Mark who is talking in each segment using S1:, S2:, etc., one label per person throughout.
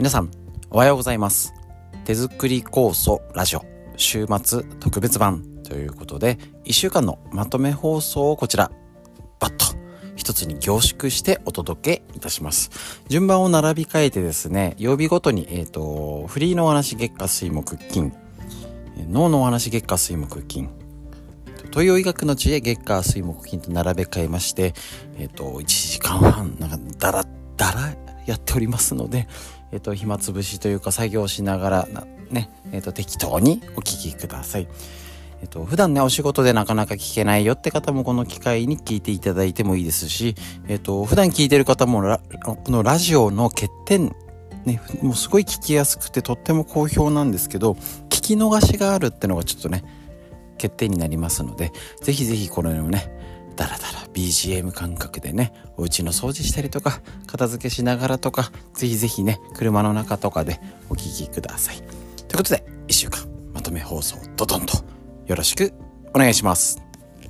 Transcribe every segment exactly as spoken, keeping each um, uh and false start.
S1: 皆さんおはようございます。手作り酵素ラジオ週末特別版ということで、いっしゅうかんのまとめ放送をこちらバッと一つに凝縮してお届けいたします。順番を並び替えてですね、曜日ごとに、えーと、フリーのお話月火水木金、脳のお話月火水木金、東洋医学の知恵月火水木金と並べ替えまして、えーと、いちじかんはんなんかだらだらやっておりますので、えっと、暇つぶしというか作業しながらね、えっと、適当にお聞きください。えっと、普段ね、お仕事でなかなか聞けないよって方もこの機会に聞いていただいてもいいですし、えっと、普段聞いてる方もラこのラジオの欠点、ね、もうすごい聞きやすくてとっても好評なんですけど、聞き逃しがあるってのがちょっとね、欠点になりますので、ぜひぜひこのようにね、だらだら ビージーエム 感覚でね、お家の掃除したりとか片付けしながらとか、ぜひぜひね、車の中とかでお聞きください。ということでいっしゅうかんまとめ放送ドドンとよろしくお願いします。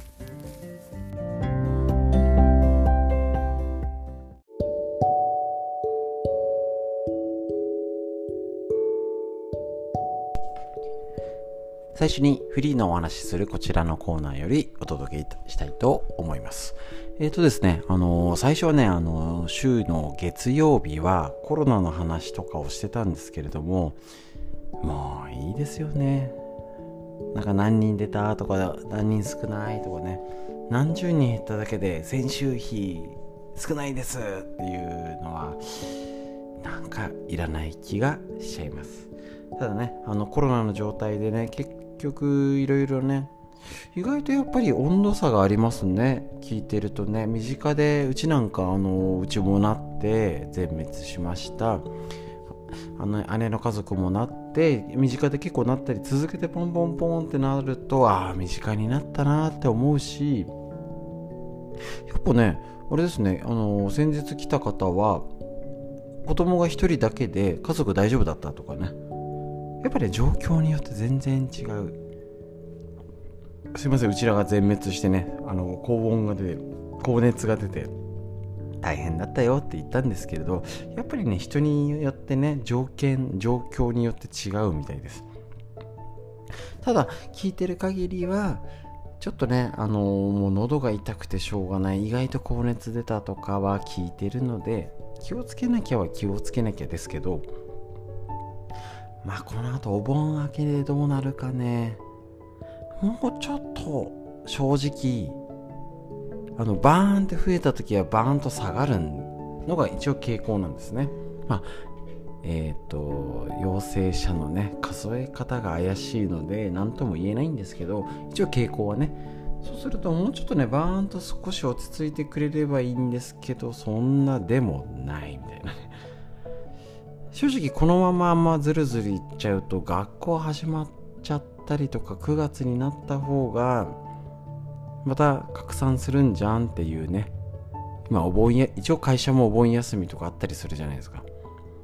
S1: 最初にフリーのお話しするこちらのコーナーよりお届けしたいと思います。えーとですね、あのー、最初はね、あのー、週の月曜日はコロナの話とかをしてたんですけれども、もういいですよね。なんか何人出たとか何人少ないとかね、何十人減っただけで先週比少ないですっていうのはなんかいらない気がしちゃいます。ただね、あのコロナの状態でね、結局いろいろね、意外とやっぱり温度差がありますね。聞いてるとね、身近でうちなんかあのうちもなって全滅しました。あの姉の家族もなって身近で結構なったり、続けてポンポンポンってなると、ああ身近になったなって思うし、やっぱねあれですね、あの先日来た方は子供が一人だけで家族大丈夫だったとかね、やっぱり、ね、状況によって全然違う。すいません、うちらが全滅してね、あの高温が出て高熱が出て大変だったよって言ったんですけれど、やっぱりね、人によってね、条件状況によって違うみたいです。ただ聞いてる限りはちょっとね、あのー、もう喉が痛くてしょうがない、意外と高熱出たとかは聞いてるので、気をつけなきゃは気をつけなきゃですけど、まあこの後お盆明けでどうなるかね。もうちょっと正直あのバーンって増えた時はバーンと下がるのが一応傾向なんですね。まあえっと陽性者のね数え方が怪しいので何とも言えないんですけど、一応傾向はね、そうするともうちょっとねバーンと少し落ち着いてくれればいいんですけど、そんなでもないみたいなね。正直このままあんまずるずるいっちゃうと学校始まっちゃったりとかくがつになった方がまた拡散するんじゃんっていうね。今お盆や一応会社もお盆休みとかあったりするじゃないですか。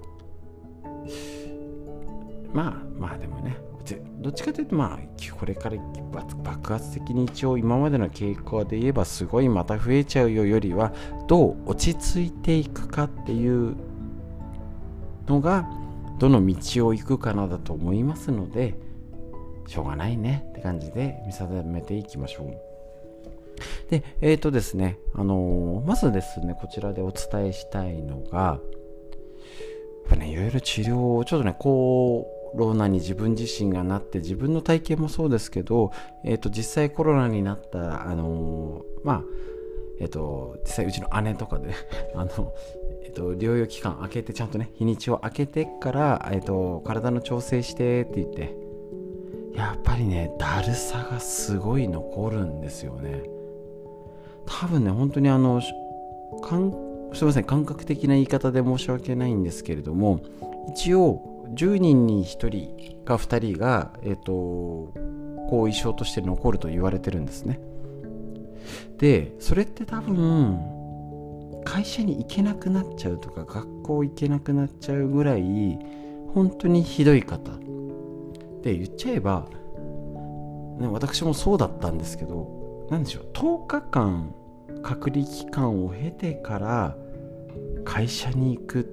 S1: まあまあでもね、どっちかというとまあこれから爆発的に一応今までの傾向で言えばすごいまた増えちゃうよよりは、どう落ち着いていくかっていうのがどの道を行くかなだと思いますので、しょうがないねって感じで見定めていきましょう。で、えーとですね、あのー、まずですね、こちらでお伝えしたいのが、やっぱね、いろいろ治療をちょっとね、コロナに自分自身がなって、自分の体験もそうですけど、えーと実際コロナになった、あのー、まあえっと、実際うちの姉とかであの、えっと、療養期間空けて、ちゃんとね日にちを空けてから、えっと、体の調整してって言って、やっぱりねだるさがすごい残るんですよね。多分ね本当にあのかんすいません感覚的な言い方で申し訳ないんですけれども、一応じゅうにんにひとりかふたりが、えっと、後遺症として残ると言われてるんですね。でそれって多分会社に行けなくなっちゃうとか学校行けなくなっちゃうぐらい本当にひどい方で、言っちゃえば、ね、私もそうだったんですけど、なんでしょう、とおかかん隔離期間を経てから会社に行く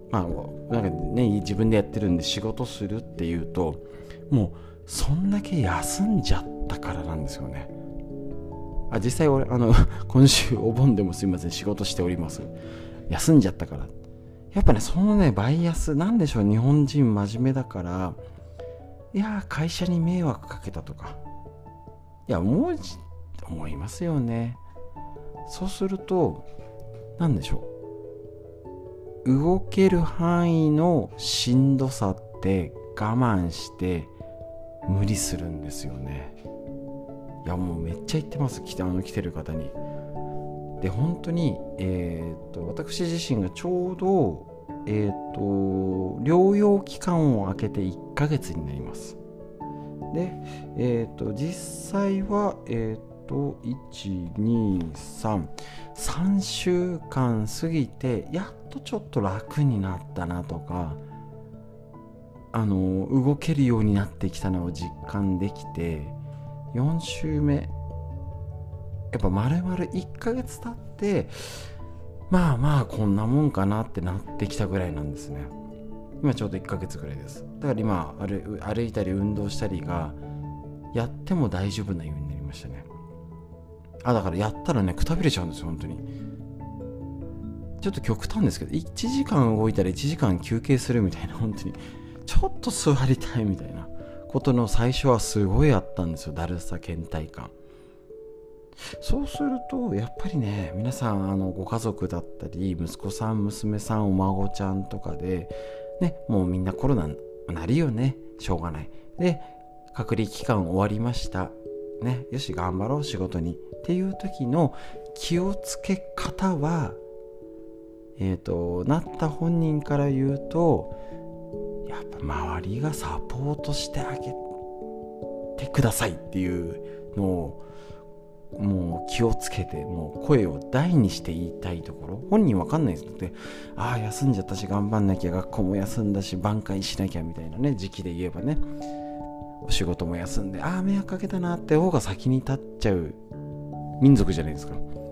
S1: まあなんかね自分でやってるんで仕事するっていうともうそんだけ休んじゃったからなんですよね。あ実際俺あの今週お盆でもすいません仕事しております。休んじゃったからやっぱねそのねバイアスなんでしょう、日本人真面目だからいや会社に迷惑かけたとかいや思う思いますよね。そうするとなんでしょう、動ける範囲のしんどさって我慢して無理するんですよね。いやもうめっちゃ言ってます、来てあの来てる方に。で本当にえー、っと私自身がちょうどえー、っと療養期間を空けていっかげつになります。でえー、っと実際はえー、っといち、に、さん、さんしゅうかん過ぎてやっとちょっと楽になったなとかあの動けるようになってきたのを実感できて、よん週目やっぱ丸々いっかげつ経ってまあまあこんなもんかなってなってきたぐらいなんですね。今ちょうどいっかげつぐらいです。だから今歩、歩いたり運動したりがやっても大丈夫なようになりましたね。あだからやったらねくたびれちゃうんですよ本当に。ちょっと極端ですけどいちじかん動いたらいちじかん休憩するみたいな、本当にちょっと座りたいみたいなことの最初はすごいあったんですよ、だるさ倦怠感。そうするとやっぱりね皆さんあのご家族だったり息子さん娘さんお孫ちゃんとかでねもうみんなコロナになるよね、しょうがないで隔離期間終わりましたね、よし頑張ろう仕事にっていう時の気をつけ方はえっとなった本人から言うとやっぱ周りがサポートしてあげてくださいっていうのをもう気をつけてもう声を大にして言いたいところ、本人わかんないですので、ああ休んじゃったし頑張んなきゃ、学校も休んだし挽回しなきゃみたいなね時期で言えばね、お仕事も休んでああ迷惑かけたなって方が先に立っちゃう民族じゃないですか。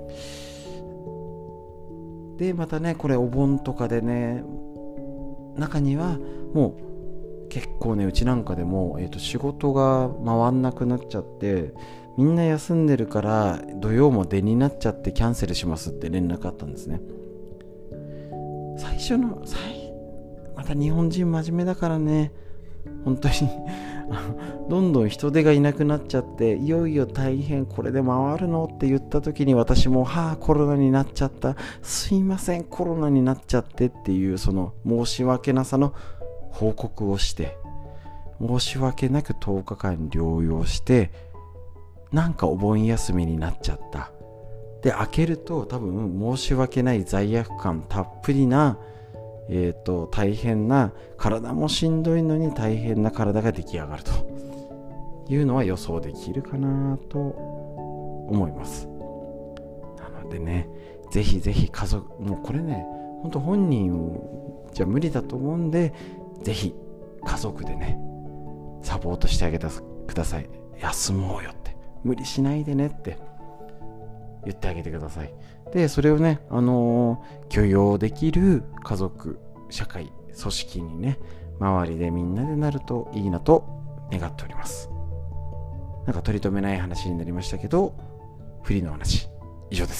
S1: でまたねこれお盆とかでね中にはもう結構ねうちなんかでも、えーと、仕事が回んなくなっちゃってみんな休んでるから土曜も出になっちゃってキャンセルしますって連絡あったんですね。最初の最また日本人真面目だからね本当にどんどん人手がいなくなっちゃっていよいよ大変これで回るのって言った時に私もはあコロナになっちゃったすいませんコロナになっちゃってっていうその申し訳なさの報告をして申し訳なくとおかかん療養してなんかお盆休みになっちゃったで開けると多分申し訳ない罪悪感たっぷりなえーと大変な体もしんどいのに大変な体が出来上がるというのは予想できるかなと思います。なのでねぜひぜひ家族もうこれね本当本人じゃ無理だと思うんでぜひ家族でねサポートしてあげてください。休もうよって無理しないでねって言ってあげてください。でそれをね、あのー、許容できる家族社会組織にね周りでみんなでなるといいなと願っております。なんか取り留めない話になりましたけどフリーの話以上です。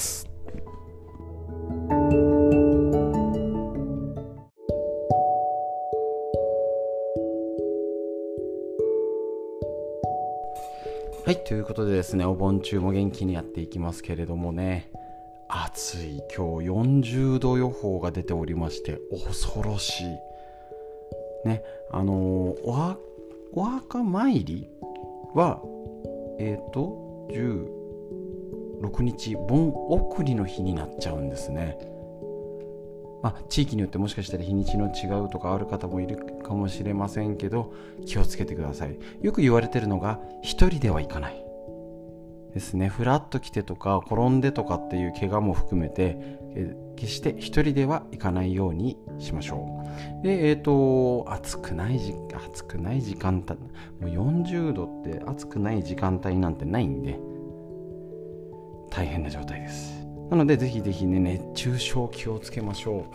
S1: はい、ということでですね、お盆中も元気にやっていきますけれどもね、暑い今日よんじゅうど予報が出ておりまして恐ろしいね。あのー、おはお墓参りはえっ、ー、とじゅうろくにち盆送りの日になっちゃうんですね。まあ、地域によってもしかしたら日にちの違うとかある方もいるかもしれませんけど気をつけてください。よく言われてるのが一人では行かないですね。フラッと来てとか転んでとかっていう怪我も含めてえ決して一人では行かないようにしましょう。でえっ、ー、と暑くない時暑くない時間帯もうよんじゅうどって暑くない時間帯なんてないんで大変な状態です。なのでぜひぜひね熱中症気をつけましょ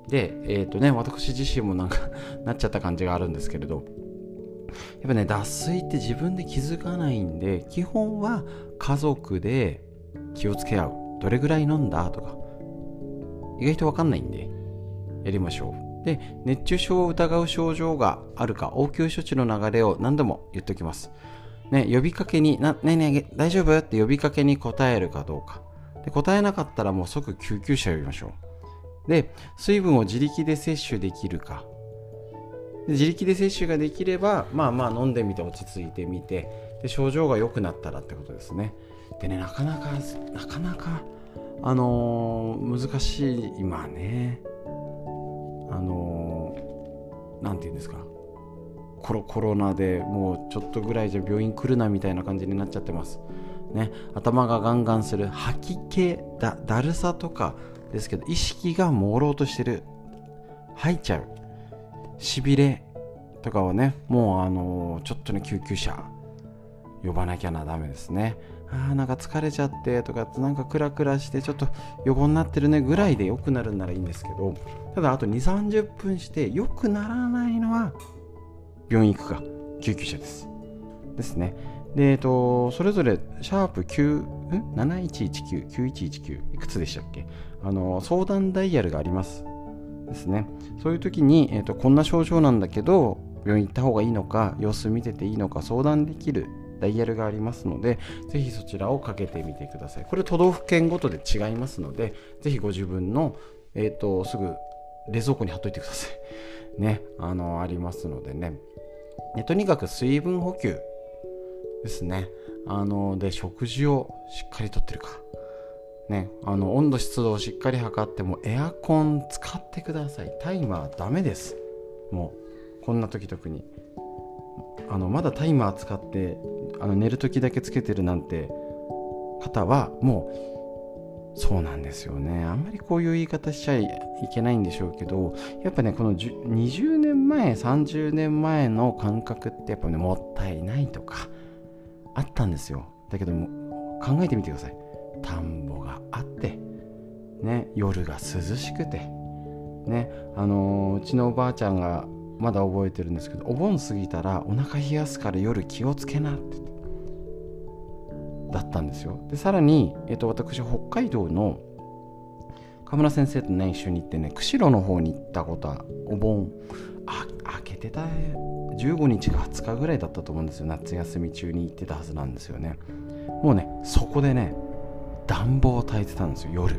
S1: で、えっとね、私自身もなんかなっちゃった感じがあるんですけれど、やっぱね、脱水って自分で気づかないんで、基本は家族で気をつけ合う。どれぐらい飲んだとか、意外と分かんないんで、やりましょう。で、熱中症を疑う症状があるか、応急処置の流れを何度も言っておきます。ね、呼びかけに、な、ねえねえ、大丈夫って呼びかけに答えるかどうか。で、答えなかったらもう即救急車呼びましょう。で、水分を自力で摂取できるか。で、自力で摂取ができれば、まあまあ飲んでみて落ち着いてみて、で、症状が良くなったらってことですね。でね、なかなか、なかなか、あのー、難しい、今ね、あのー、なんて言うんですか。コロコロナでもうちょっとぐらいじゃ病院来るなみたいな感じになっちゃってますね。頭がガンガンする、吐き気、だ、だるさとかですけど、意識が朦朧としてる、吐いちゃう、しびれとかはね、もうあのー、ちょっとね、救急車呼ばなきゃなダメですね。あーなんか疲れちゃってとか、なんかクラクラしてちょっと横になってるねぐらいで良くなるんならいいんですけど、ただあとにじゅうさんじゅっぷんして良くならないのは病院行くか救急車ですですね。で、えっと、それぞれシャープきゅう、なないちいちきゅう、きゅういちいちきゅういくつでしたっけ、あの相談ダイヤルがありますですね。そういう時に、えっと、こんな症状なんだけど病院行った方がいいのか、様子見てていいのか相談できるダイヤルがありますので、ぜひそちらをかけてみてください。これ都道府県ごとで違いますので、ぜひご自分の、えっと、すぐ冷蔵庫に貼っといてくださいね。あのありますのでね。で、とにかく水分補給ですね。あので、食事をしっかりとってるかね。あの温度湿度をしっかり測って、もエアコン使ってください。タイマーダメです。もうこんな時特にあのまだタイマー使ってあの寝る時だけつけてるなんて方は、もうそうなんですよね。あんまりこういう言い方しちゃいけないんでしょうけど、やっぱね、このにじゅうねんまえさんじゅうねんまえの感覚ってやっぱね、もったいないとかあったんですよ。だけども考えてみてください。田んぼがあってね、夜が涼しくてね、あのー、うちのおばあちゃんがまだ覚えてるんですけど、お盆過ぎたらお腹冷やすから夜気をつけなってだったんですよ。で、さらに、えっと、私北海道の河村先生とね一緒に行ってね、釧路の方に行ったことはお盆あ明けてたじゅうごにちかはつかぐらいだったと思うんですよ。夏休み中に行ってたはずなんですよね。もうね、そこでね暖房を焚いてたんですよ、夜。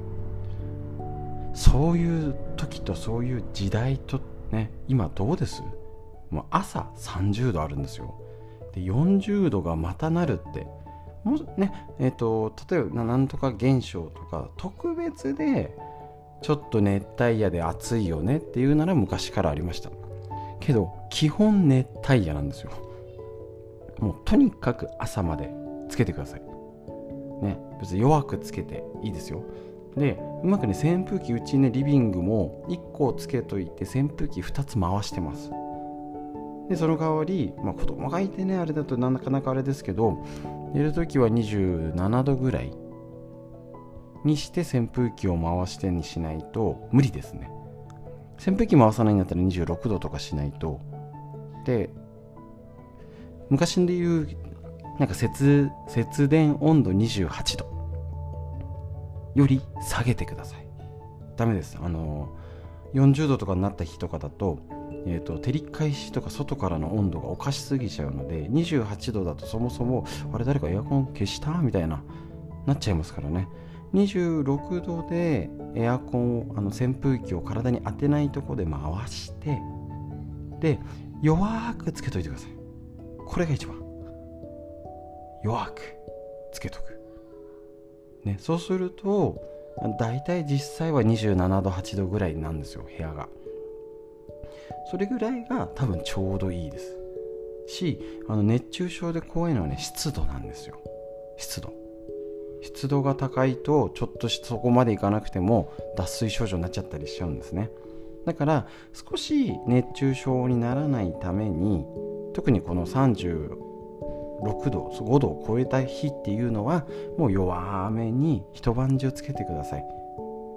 S1: そういう時とそういう時代とね、今どうです？もう朝さんじゅうどあるんですよ。で、よんじゅうどがまたなるって、もうね、えっと、例えばなんとか現象とか特別でちょっと熱帯夜で暑いよねっていうなら昔からありましたけど、基本熱帯夜なんですよ。もうとにかく朝までつけてくださいね。別に弱くつけていいですよ。で、うまくね、扇風機、うちねリビングもいっこつけといて扇風機ふたつ回してます。で、その代わり、まあ、子供がいてねあれだとなかなかあれですけど、寝るときはにじゅうななどぐらいにして扇風機を回してにしないと無理ですね。扇風機回さないんだったらにじゅうろくどとかしないと。で、昔で言うなんか 節, 節電温度にじゅうはちどより下げてください。ダメです。あのよんじゅうどとかになった日とかだと、えーと、照り返しとか外からの温度がおかしすぎちゃうので、にじゅうはちどだとそもそもあれ誰かエアコン消したみたいななっちゃいますからね。にじゅうろくどでエアコンをあの扇風機を体に当てないところで回して、で弱くつけといてください。これが一番。弱くつけとく、ね、そうするとだいたい実際はにじゅうななどはちどぐらいなんですよ、部屋が。それぐらいが多分ちょうどいいですし、あの熱中症で怖いのはね、湿度なんですよ。湿度湿度が高いとちょっとそこまでいかなくても脱水症状になっちゃったりしちゃうんですね。だから少し熱中症にならないために、特にこのさんじゅうろくどごどを超えた日っていうのはもう弱めに一晩中つけてください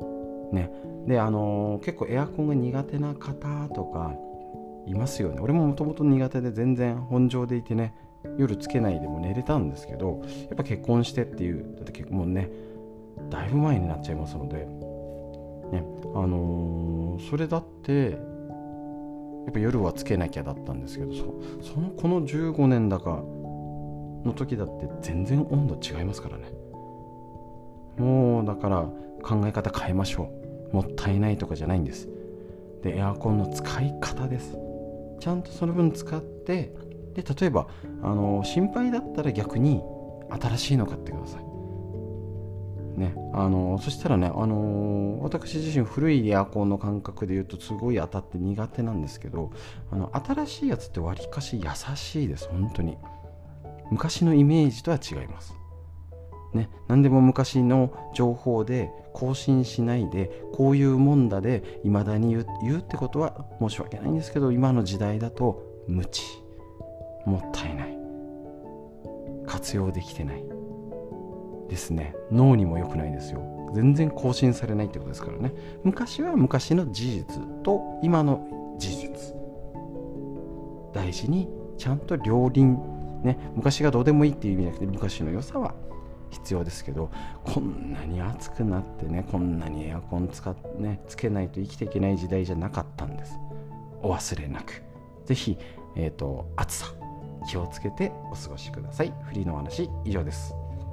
S1: ね。であのー、結構エアコンが苦手な方とかいますよね。俺ももともと苦手で全然本性でいてね、夜つけないでも寝れたんですけど、やっぱ結婚してっていう、だって結婚もねだいぶ前になっちゃいますのでね、あのー、それだってやっぱ夜はつけなきゃだったんですけど、 そ, そのこのじゅうごねんだかの時だって全然温度違いますからね。もうだから考え方変えましょう。もったいないとかじゃないんです。でエアコンの使い方です。ちゃんとその分使って、で例えばあの心配だったら逆に新しいの買ってくださいね。あのそしたらね、あの私自身古いエアコンの感覚で言うとすごい当たって苦手なんですけど、あの新しいやつってわりかし優しいです。本当に昔のイメージとは違いますね。何でも昔の情報で更新しないで、こういうもんだで未だに言う、言うってことは申し訳ないんですけど、今の時代だと無知、もったいない、活用できてないですね。脳にも良くないですよ。全然更新されないってことですからね。昔は昔の事実と今の事実大事にちゃんと両輪ね、昔がどうでもいいっていう意味じゃなくて、昔の良さは必要ですけど、こんなに暑くなってね、こんなにエアコン使って、ね、つけないと生きていけない時代じゃなかったんです。お忘れなく。ぜひ、えーと、暑さ気をつけてお過ごしください。フリーのお話以上です。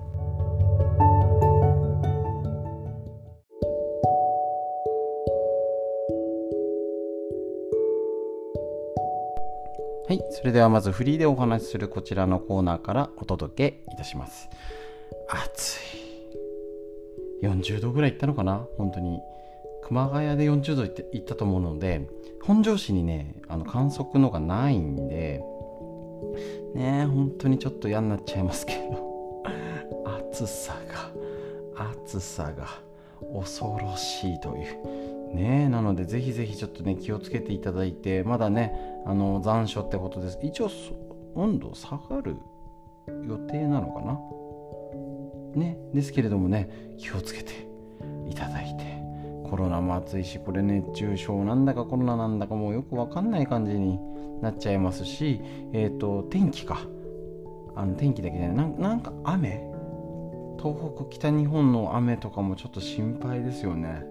S1: はい、それではまずフリーでお話しするこちらのコーナーからお届けいたします。暑い。よんじゅうどぐらいいったのかな。本当に熊谷でよんじゅうどいっていったと思うので、本庄市にねあの観測のがないんでね、本当にちょっと嫌になっちゃいますけど暑さが暑さが恐ろしいというね。なのでぜひぜひちょっとね気をつけていただいて、まだねあの残暑ってことです。一応温度下がる予定なのかなね。ですけれどもね、気をつけていただいて、コロナも暑いし、これ熱中症なんだかコロナなんだかもうよくわかんない感じになっちゃいますし、えっと天気かあの天気だけじゃない、な、なんか雨、東北北日本の雨とかもちょっと心配ですよね。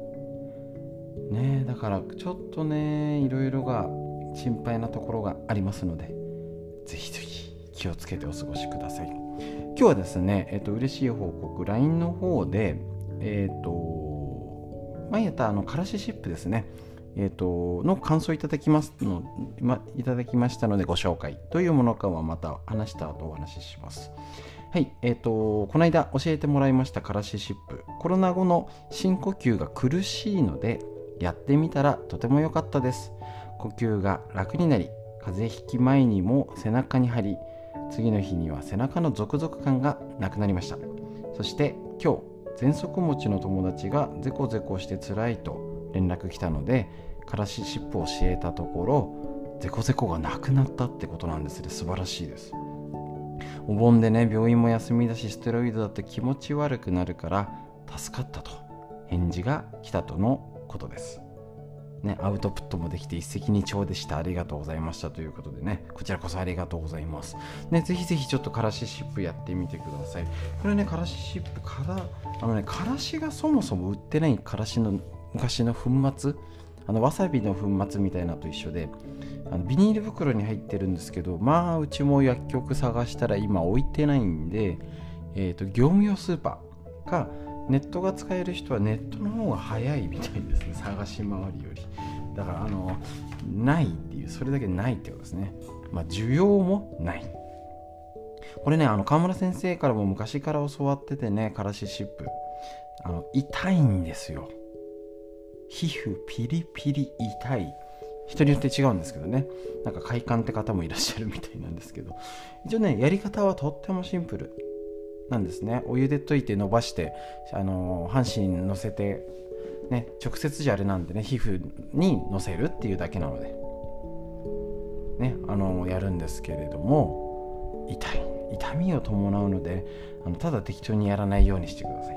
S1: ね、だからちょっとねいろいろが心配なところがありますので、ぜひぜひ気をつけてお過ごしください。今日はですね、えっと嬉しい報告 ライン の方でえっと前やったあのからしシップですね、えっとの感想いただきますの、ま、いただきましたのでご紹介。どういうものかはまた話した後お話しします。はい、えっとこの間教えてもらいましたからしシップ、コロナ後の深呼吸が苦しいのでやってみたらとても良かったです。呼吸が楽になり、風邪ひき前にも背中に張り、次の日には背中のゾクゾク感がなくなりました。そして今日喘息持ちの友達がゼコゼコして辛いと連絡来たので、からしシップを教えたところゼコゼコがなくなったってことなんですね。素晴らしいです。お盆でね病院も休みだし、ステロイドだって気持ち悪くなるから助かったと返事が来たとのことですね。アウトプットもできて一石二鳥でした。ありがとうございましたということでね、こちらこそありがとうございますね。ぜひぜひちょっとからしシップやってみてください。これね、からしシップからあのねからしがそもそも売ってないからしの昔の粉末、あのわさびの粉末みたいなのと一緒で、あのビニール袋に入ってるんですけど、まあうちも薬局探したら今置いてないんで、えーと業務用スーパーかネットが使える人はネットの方が早いみたいですね、探し回りより。だからあのないっていう、それだけないってことですね。まあ需要もない。これね、あの川村先生からも昔から教わっててね、からしシップあの痛いんですよ。皮膚ピリピリ痛い。人によって違うんですけどね、なんか快感って方もいらっしゃるみたいなんですけど、一応ねやり方はとってもシンプルなんですね。お湯で溶いて伸ばして、あの半身に乗せて、ね、直接じゃあれなんでね、皮膚に乗せるっていうだけなので、ね、あのやるんですけれども、痛い痛みを伴うので、あのただ適当にやらないようにしてください。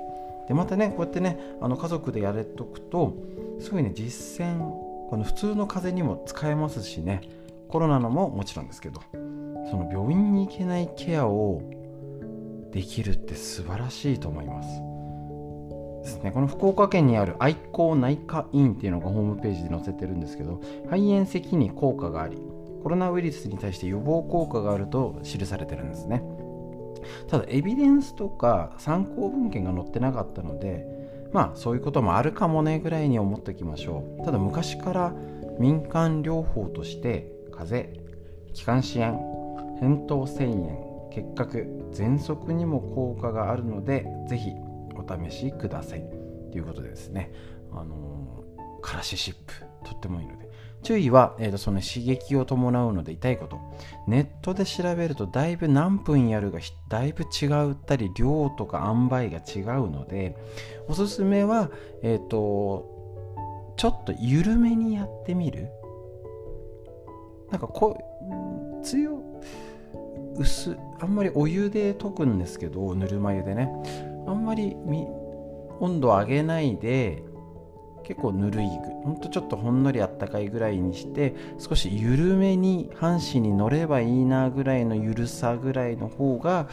S1: でまたねこうやってねあの家族でやれとくとすごいね実践この普通の風邪にも使えますしね、コロナのももちろんですけど、その病院に行けないケアをできるって素晴らしいと思いますですね。この福岡県にある愛光内科院っていうのがホームページで載せてるんですけど、肺炎咳に効果がありコロナウイルスに対して予防効果があると記されてるんですね。ただエビデンスとか参考文献が載ってなかったので、まあそういうこともあるかもねぐらいに思っておきましょう。ただ昔から民間療法として風邪、気管支炎、扁桃腺炎、結核、喘息にも効果があるのでぜひお試しくださいということでですね、あのー、からし湿布とってもいいので、注意は、えーと、その刺激を伴うので痛いこと、ネットで調べるとだいぶ何分やるがだいぶ違ったり量とか塩梅が違うので、おすすめは、えーと、ちょっと緩めにやってみる。なんかこう強薄あんまりお湯で溶くんですけど、ぬるま湯でねあんまり温度を上げないで結構ぬるいほんとちょっとほんのりあったかいぐらいにして少し緩めに半紙に乗ればいいなぐらいの緩さぐらいの方が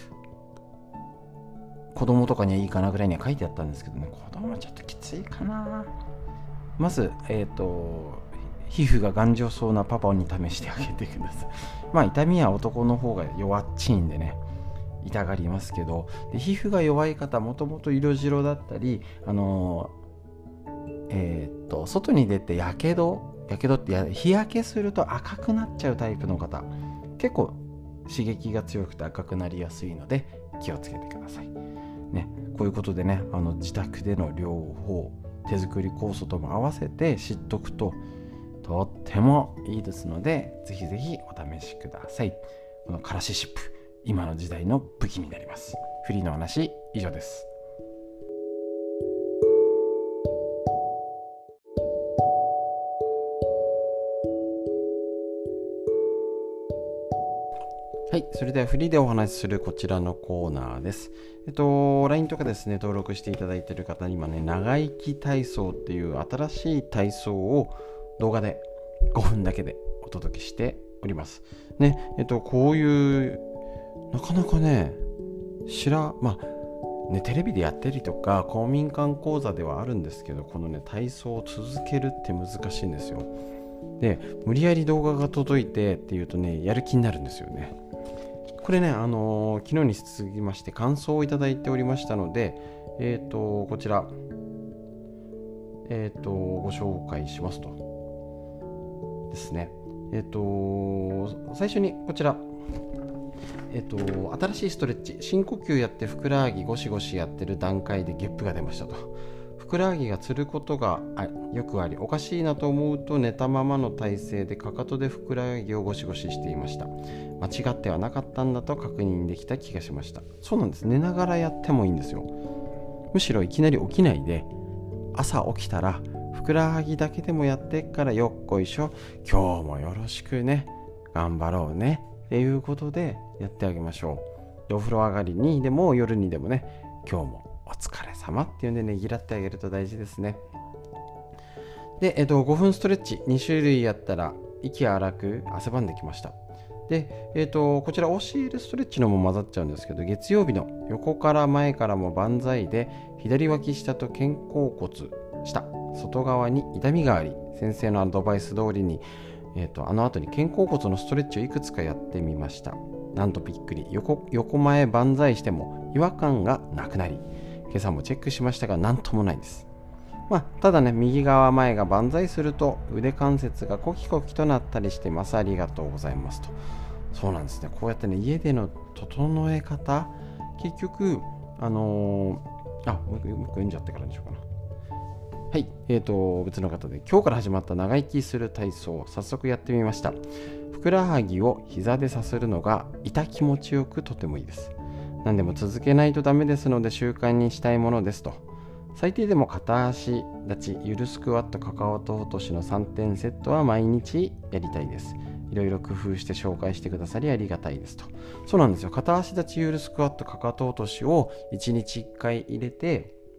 S1: 子供とかにはいいかなぐらいには書いてあったんですけどね、子供はちょっときついかな。まずえっと皮膚が頑丈そうなパパに試してあげてください。まあ痛みは男の方が弱っちいんでね痛がりますけど、で皮膚が弱い方、もともと色白だったりあのえー、っと外に出てやけどやけどってや日焼けすると赤くなっちゃうタイプの方、結構刺激が強くて赤くなりやすいので気をつけてくださいね。こういうことでねあの自宅での療法、手作り酵素とも合わせて知っとくととってもいいですので、ぜひぜひお試しください。このからし湿布、今の時代の武器になります。フリーの話以上です。はい、それではフリーでお話しするこちらのコーナーです。えっと ライン とかですね登録していただいている方に今ね長生き体操っていう新しい体操を動画でごふんだけでお届けしておりますね。えっとこういうなかなかね知らまあねテレビでやったりとか公民館講座ではあるんですけど、このね体操を続けるって難しいんですよ。で無理やり動画が届いてっていうとねやる気になるんですよね。これねあのー、昨日に続きまして感想をいただいておりましたので、えっとこちらえっとご紹介しますとですね。えっと最初にこちらえっと新しいストレッチ、深呼吸やってふくらはぎゴシゴシやってる段階でゲップが出ましたと。ふくらはぎがつることがよくあり、おかしいなと思うと寝たままの体勢でかかとでふくらはぎをゴシゴシしていました。間違ってはなかったんだと確認できた気がしました。そうなんです、寝ながらやってもいいんですよ。むしろいきなり起きないで朝起きたらふくらはぎだけでもやってからよっこいしょ今日もよろしくね頑張ろうねっていうことでやってあげましょう。でお風呂上がりにでも夜にでもね今日もお疲れ様っていうんでねぎらってあげると大事ですね。で、えっと、ごふんストレッチに種類やったら息荒く汗ばんできました。で、えっと、こちら オーシーエル ストレッチのも混ざっちゃうんですけど、月曜日の横から前からも万歳で左脇下と肩甲骨下外側に痛みがあり、先生のアドバイス通りに、えっと、あの後に肩甲骨のストレッチをいくつかやってみました。なんとびっくり 横, 横前万歳しても違和感がなくなり、今朝もチェックしましたが何ともないです。まあ、ただね右側前が万歳すると腕関節がコキコキとなったりしてます。ありがとうございますと。そうなんですね。こうやってね家での整え方、結局あのー、あもう一個読んじゃってからにしようかな。はい、えーと別の方で今日から始まった長生きする体操、早速やってみました。ふくらはぎを膝でさするのが痛気持ちよくとてもいいです。何でも続けないとダメですので習慣にしたいものですと。最低でも片足立ち、ゆるスクワット、かかと落としのさんてんセットは毎日やりたいです。いろいろ工夫して紹介してくださりありがたいですと。そうなんですよ。片足立ち、ゆるスクワット、かかと落としをいちにちいっかい入れて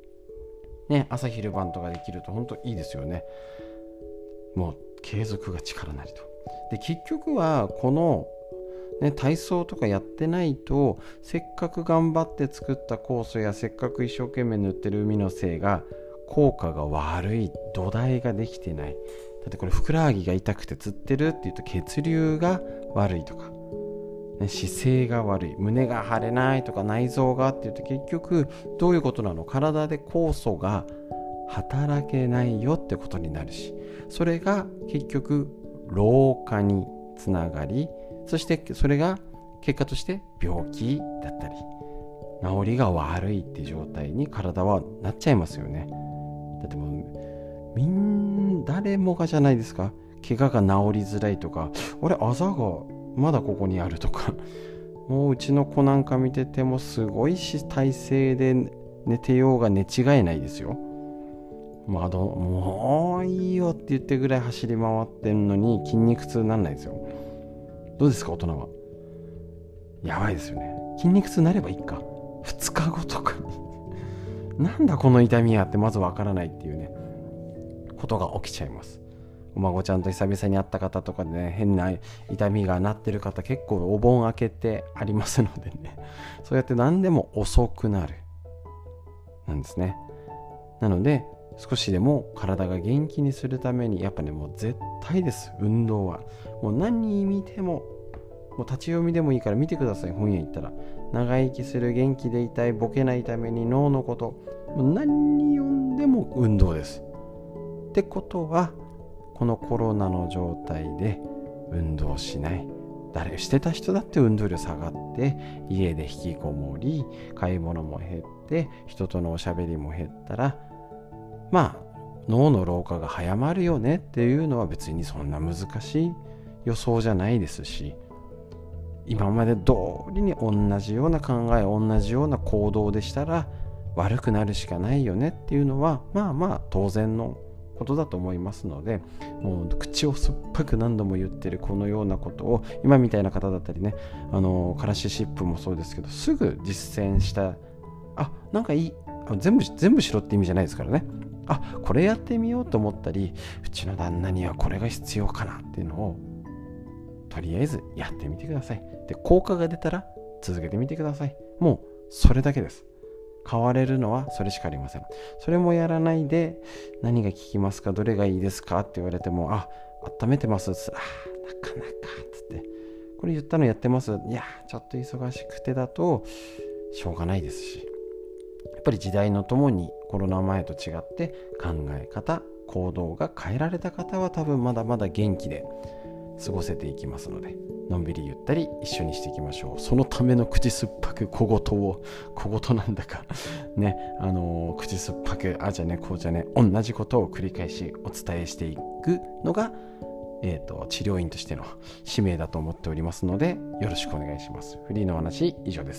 S1: ね、朝昼晩とかできると本当いいですよね。もう継続が力なりと。で結局はこの、ね、体操とかやってないと、せっかく頑張って作った酵素やせっかく一生懸命塗ってる海の精が効果が悪い、土台ができてない。だってこれふくらはぎが痛くてつってるっていうと血流が悪いとか、ね、姿勢が悪い、胸が張れないとか内臓がっていうと結局どういうことなの、体で酵素が働けないよってことになるし、それが結局老化につながり、そしてそれが結果として病気だったり治りが悪いっていう状態に体はなっちゃいますよね。だってもうみん誰もがじゃないですか、怪我が治りづらいとか、俺あざがまだここにあるとか、もううちの子なんか見ててもすごいし体勢で寝てようが寝違えないですよ。まあ、どもういいよって言ってぐらい走り回ってんのに筋肉痛にならないですよ。どうですか大人は。やばいですよね。筋肉痛になればいいか、ふつかごとかになんだこの痛みやってまずわからないっていうねことが起きちゃいます。お孫ちゃんと久々に会った方とかでね、変な痛みがなってる方結構お盆明けてありますのでね、そうやって何でも遅くなるなんですね。なので少しでも体が元気にするためにやっぱね、もう絶対です、運動は。もう何見ても、もう立ち読みでもいいから見てください。本屋行ったら長生きする、元気でいたい、ボケないために脳のこと、もう何読んでも運動です。ってことはこのコロナの状態で運動しない、誰してた人だって運動量下がって家で引きこもり、買い物も減って人とのおしゃべりも減ったら、まあ脳の老化が早まるよねっていうのは別にそんな難しい予想じゃないですし、今まで通りに同じような考え、同じような行動でしたら悪くなるしかないよねっていうのはまあまあ当然のことだと思いますので、もう口を酸っぱく何度も言ってるこのようなことを今みたいな方だったりね、あのカラシシップもそうですけど、すぐ実践した、あ、なんかいい、全部全部しろって意味じゃないですからね、あ、これやってみようと思ったり、うちの旦那にはこれが必要かなっていうのをとりあえずやってみてください。で、効果が出たら続けてみてください。もうそれだけです。変われるのはそれしかありません。それもやらないで、何が効きますか、どれがいいですかって言われても、あ、温めてます、あ、なかなかつって、これ言ったのやってます、いやちょっと忙しくてだとしょうがないですし、やっぱり時代のともにコロナ前と違って考え方、行動が変えられた方は多分まだまだ元気で過ごせていきますので、のんびりゆったり一緒にしていきましょう。そのための口酸っぱく小言を、小言なんだかね、あのー、口酸っぱく、あじゃねこうじゃね、同じことを繰り返しお伝えしていくのが、えーと、治療院としての使命だと思っておりますので、よろしくお願いします。フリーのお話以上です。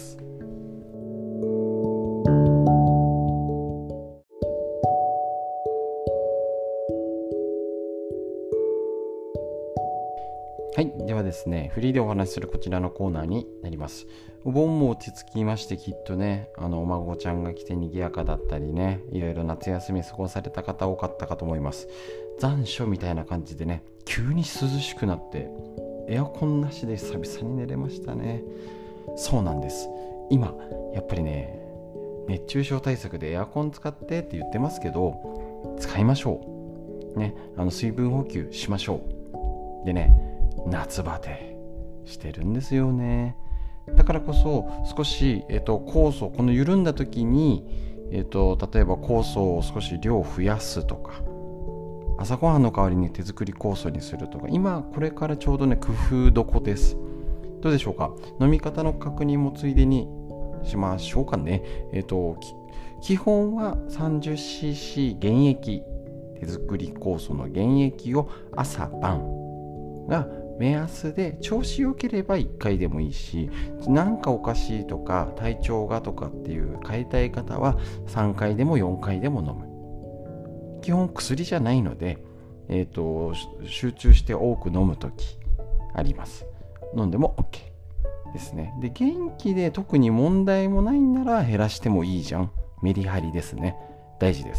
S1: はい、ではですね、フリーでお話しするこちらのコーナーになります。お盆も落ち着きまして、きっとね、あのお孫ちゃんが来て賑やかだったりね、いろいろ夏休み過ごされた方多かったかと思います。残暑みたいな感じでね、急に涼しくなってエアコンなしで久々に寝れましたね。そうなんです。今やっぱりね、熱中症対策でエアコン使ってって言ってますけど、使いましょうね。あの水分補給しましょう。でね、夏バテしてるんですよね。だからこそ少し、えっと、酵素、この緩んだ時に、えっと、例えば酵素を少し量を増やすとか、朝ごはんの代わりに手作り酵素にするとか、今これからちょうどね工夫どこです。どうでしょうか。飲み方の確認もついでにしましょうかね。えっと基本は さんじゅっシーシー 原液、手作り酵素の原液を朝晩が目安で、調子良ければいっかいでもいいし、なんかおかしいとか体調がとかっていう変えたい方はさんかいでもよんかいでも飲む。基本薬じゃないので、えーと、集中して多く飲むときあります。飲んでも OK ですね。で、元気で特に問題もないなら減らしてもいいじゃん。メリハリですね。大事です。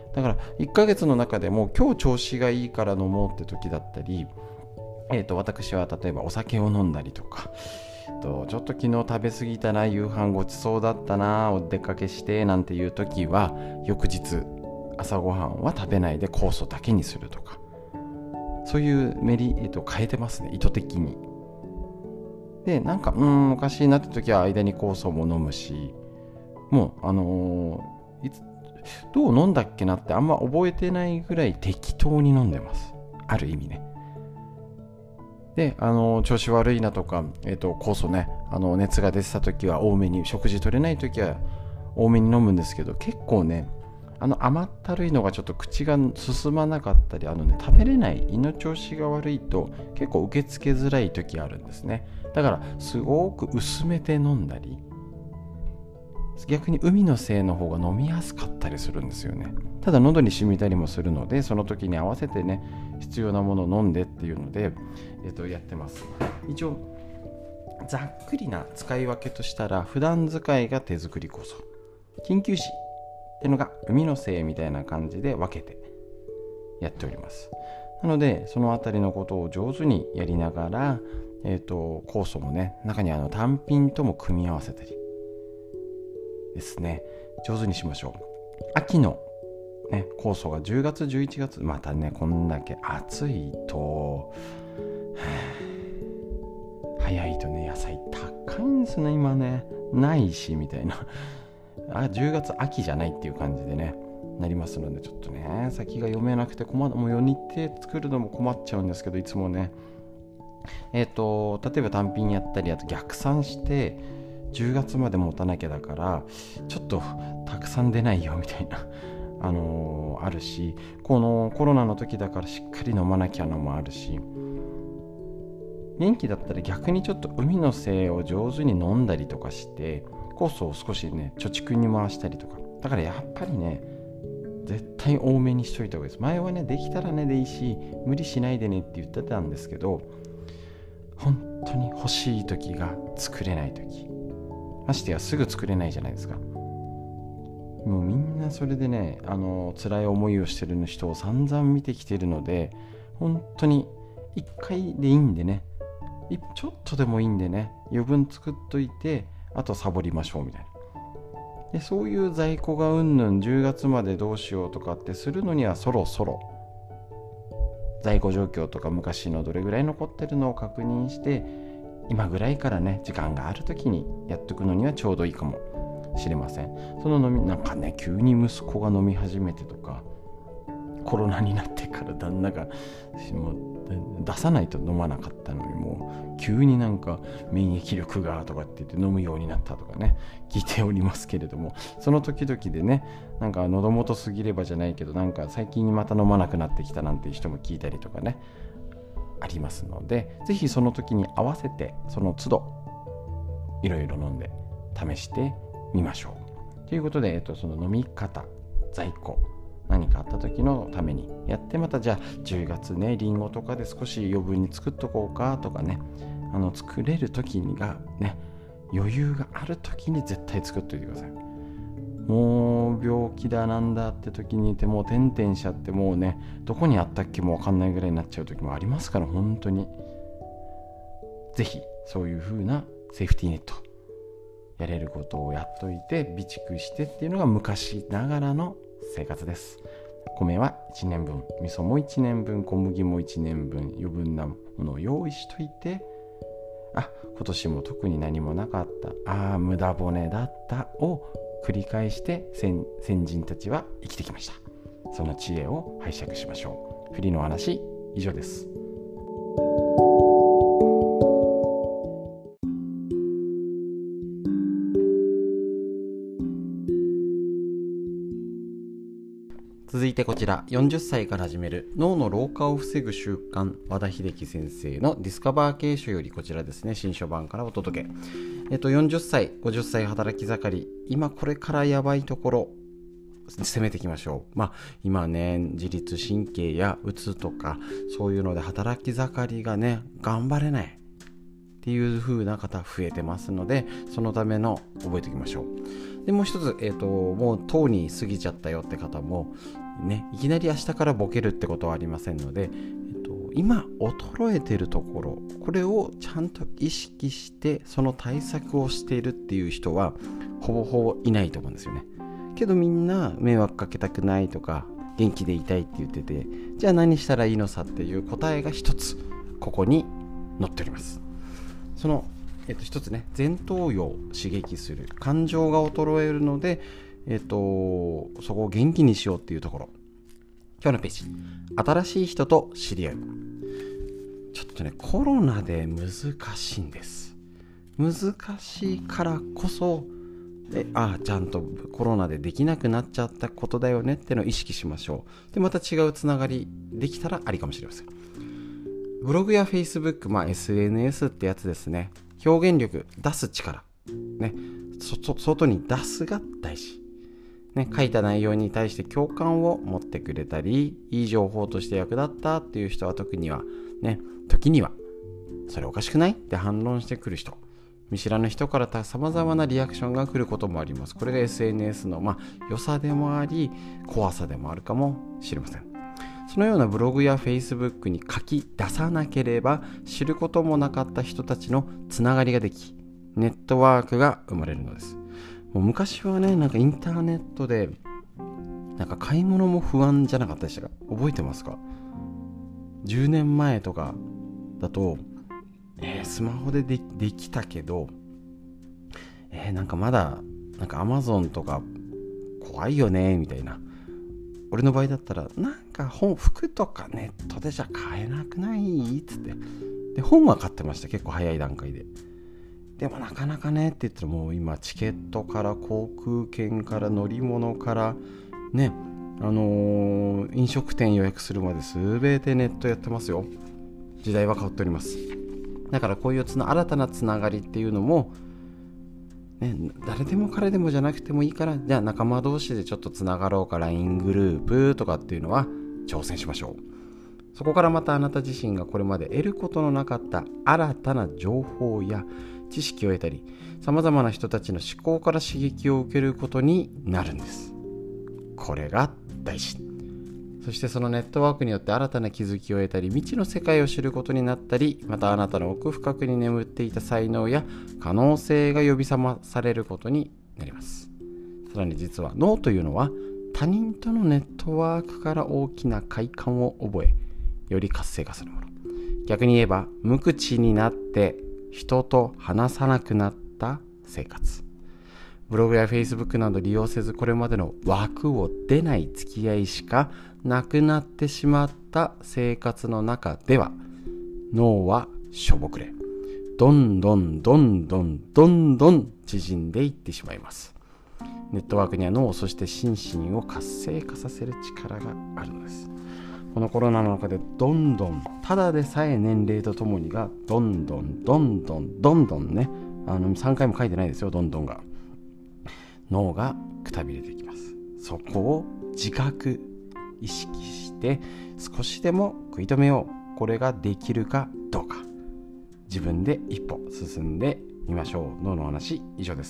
S1: だからいっかげつの中でも今日調子がいいから飲もうって時だったり、えーと、私は例えばお酒を飲んだりとか、えーと、ちょっと昨日食べ過ぎたな、夕飯ごちそうだったな、お出かけしてなんていう時は翌日朝ごはんは食べないで酵素だけにするとか、そういうメリ、えーと、変えてますね、意図的に。でなんかうーんおかしいなって時は間に酵素も飲むし、もうあのー、いつどう飲んだっけなってあんま覚えてないぐらい適当に飲んでます、ある意味ね。で、あのー、調子悪いなとか、えーと、酵素ね、あの熱が出てた時は多めに、食事取れない時は多めに飲むんですけど、結構ねあの甘ったるいのがちょっと口が進まなかったり、あのね食べれない、胃の調子が悪いと結構受け付けづらい時あるんですね。だからすごく薄めて飲んだり、逆に海のせいの方が飲みやすかったりするんですよね。ただ喉に染みたりもするので、その時に合わせてね必要なものを飲んでっていうので、えっと、やってます。一応ざっくりな使い分けとしたら、普段使いが手作り酵素、緊急時っていうのが海のせいみたいな感じで分けてやっております。なのでそのあたりのことを上手にやりながら、えーと、酵素もね中にあの単品とも組み合わせたりですね、上手にしましょう。秋の、ね、酵素がじゅうがつじゅういちがつ、またねこんだけ暑いと早いとね野菜高いんですね今ね、ないしみたいなあじゅうがつ秋じゃないっていう感じでねなりますので、ちょっとね先が読めなくて困る、もう日程作るのも困っちゃうんですけど、いつもねえっと例えば単品やったり、あと逆算してじゅうがつまで持たなきゃだからちょっとたくさん出ないよみたいなあのー、あるし、このコロナの時だからしっかり飲まなきゃのもあるし、元気だったら逆にちょっと海の精を上手に飲んだりとかして酵素を少しね貯蓄に回したりとか、だからやっぱりね絶対多めにしといた方がいいです。前はねできたらねでいいし無理しないでねって言ってたんですけど、本当に欲しい時が作れない時、ましてやすぐ作れないじゃないですか。もうみんなそれでねあの辛い思いをしてる人を散々見てきてるので、本当にいっかいでいいんでね、ちょっとでもいいんでね余分作っといて、あとサボりましょうみたいな。でそういう在庫がうんぬんじゅうがつまでどうしようとかってするのには、そろそろ在庫状況とか昔のどれぐらい残ってるのを確認して、今ぐらいからね時間がある時にやっておくのにはちょうどいいかもしれません。その飲みなんかね急に息子が飲み始めてとか、コロナになってから旦那がもう出さないと飲まなかったのに、もう急になんか免疫力がとかって言って飲むようになったとかね聞いておりますけれども、その時々でねなんか喉元過ぎればじゃないけど、なんか最近また飲まなくなってきたなんていう人も聞いたりとかねありますので、ぜひその時に合わせてその都度いろいろ飲んで試してみましょうということで、えっと、その飲み方、在庫何かあった時のためにやって、またじゃあじゅうがつねリンゴとかで少し余分に作っとこうかとかね、あの作れる時がね余裕がある時に絶対作っといてください。もう病気だなんだって時にいてもう点々しちゃって、もうねどこにあったっけも分かんないぐらいになっちゃう時もありますから、本当にぜひそういう風なセーフティーネットやれることをやっといて備蓄してっていうのが昔ながらの生活です。米はいちねんぶん、味噌もいちねんぶん、小麦もいちねんぶん、余分なものを用意しといて、あ、今年も特に何もなかった、ああ無駄骨だったを繰り返して先、先人たちは生きてきました。その知恵を拝借しましょう。フリーの話以上です。続いてこちら、よんじゅっさいから始める脳の老化を防ぐ習慣、和田秀樹先生のディスカバー系書より、こちらですね、新書版からお届け。えっと、よんじゅっさい、ごじゅっさい働き盛り、今これからやばいところ、攻めていきましょう。まあ、今ね、自律神経やうつとか、そういうので働き盛りがね、頑張れないっていう風な方増えてますので、そのための覚えておきましょう。でもう一つ、えーと、もうとうに過ぎちゃったよって方も、 ね、いきなり明日からボケるってことはありませんので、えっと、今衰えてるところ、これをちゃんと意識してその対策をしているっていう人はほぼほぼいないと思うんですよね。けどみんな迷惑かけたくないとか元気でいたいって言ってて、じゃあ何したらいいのさっていう答えが一つここに載っております。その、えっと、一つね、前頭葉を刺激する、感情が衰えるので、えっと、そこを元気にしようっていうところ。今日のページ、新しい人と知り合う。ちょっとね、コロナで難しいんです。難しいからこそ、でああちゃんとコロナでできなくなっちゃったことだよねってのを意識しましょう。でまた違うつながりできたらありかもしれません。ブログや Facebook、まあ、エスエヌエス ってやつですね。表現力、出す力、ね、そ外に出すが大事、ね、書いた内容に対して共感を持ってくれたり、いい情報として役立ったっていう人は特にはね、時にはそれおかしくないって反論してくる人、見知らぬ人からさまざまなリアクションが来ることもあります。これが エスエヌエス の、まあ、良さでもあり怖さでもあるかもしれません。そのようなブログや Facebook に書き出さなければ知ることもなかった人たちのつながりができ、ネットワークが生まれるのです。もう昔はね、なんかインターネットでなんか買い物も不安じゃなかったでしたか？覚えてますか？じゅうねんまえとかだとえー、スマホで で, できたけど、えー、なんかまだなんか Amazon とか怖いよねみたいな。俺の場合だったらなんか本、服とかネットでじゃ買えなくないっつって、で本は買ってました、結構早い段階で。でもなかなかねって言ったら、もう今チケットから航空券から乗り物からね、あのー、飲食店予約するまで全てネットやってますよ。時代は変わっております。だからこういうつな新たなつながりっていうのも、ね、誰でも彼でもじゃなくてもいいから、じゃあ仲間同士でちょっとつながろうか、 ライン グループとかっていうのは挑戦しましょう。そこからまたあなた自身がこれまで得ることのなかった新たな情報や知識を得たり、さまざまな人たちの思考から刺激を受けることになるんです。これが大事。そしてそのネットワークによって新たな気づきを得たり、未知の世界を知ることになったり、またあなたの奥深くに眠っていた才能や可能性が呼び覚まされることになります。さらに実は脳というのは他人とのネットワークから大きな快感を覚え、より活性化するもの。逆に言えば無口になって人と話さなくなった生活。ブログや Facebook など利用せず、これまでの枠を出ない付き合いしかなくなってしまった生活の中では、脳はしょぼくれ、どんどんどんどんどんどん縮んでいってしまいます。ネットワークには脳、そして心身を活性化させる力があるのです。このコロナの中でどんどん、ただでさえ年齢とともにがどんどんどんどんどんどんね、あのさんかいも書いてないですよ、どんどんが、脳がくたびれていきます。そこを自覚意識して少しでも食い止めよう。これができるかどうか、自分で一歩進んでみましょう。脳の話、以上です。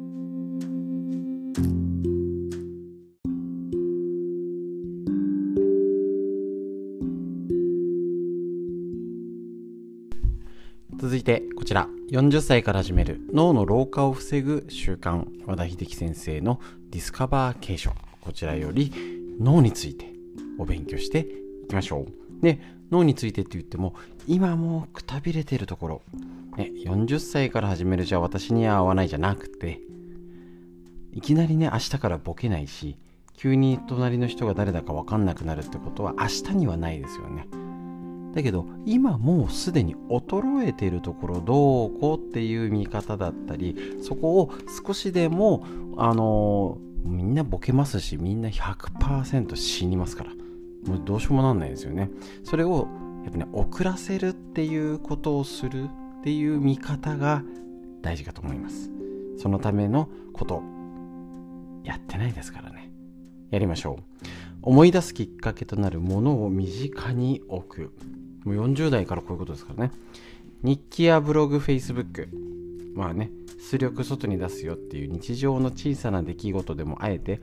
S1: 続いてこちら、よんじゅっさいから始める脳の老化を防ぐ習慣、和田秀樹先生のディスカバー継承。こちらより脳についてお勉強していきましょう。で、脳についてって言っても今もうくたびれているところ、ね、よんじゅっさいから始めるじゃあ私には合わないじゃなくて、いきなりね明日からボケないし、急に隣の人が誰だか分かんなくなるってことは明日にはないですよね。だけど今もうすでに衰えているところどうこうっていう見方だったり、そこを少しでもあのー、みんなボケますし、みんな ひゃくパーセント 死にますから、もうどうしようもなんないですよね。それをやっぱね、遅らせるっていうことをするっていう見方が大事かと思います。そのためのことやってないですからね、やりましょう。思い出すきっかけとなるものを身近に置く。もうよんじゅう代からこういうことですからね。日記やブログ、Facebook、まあね、出力外に出すよっていう日常の小さな出来事でもあえて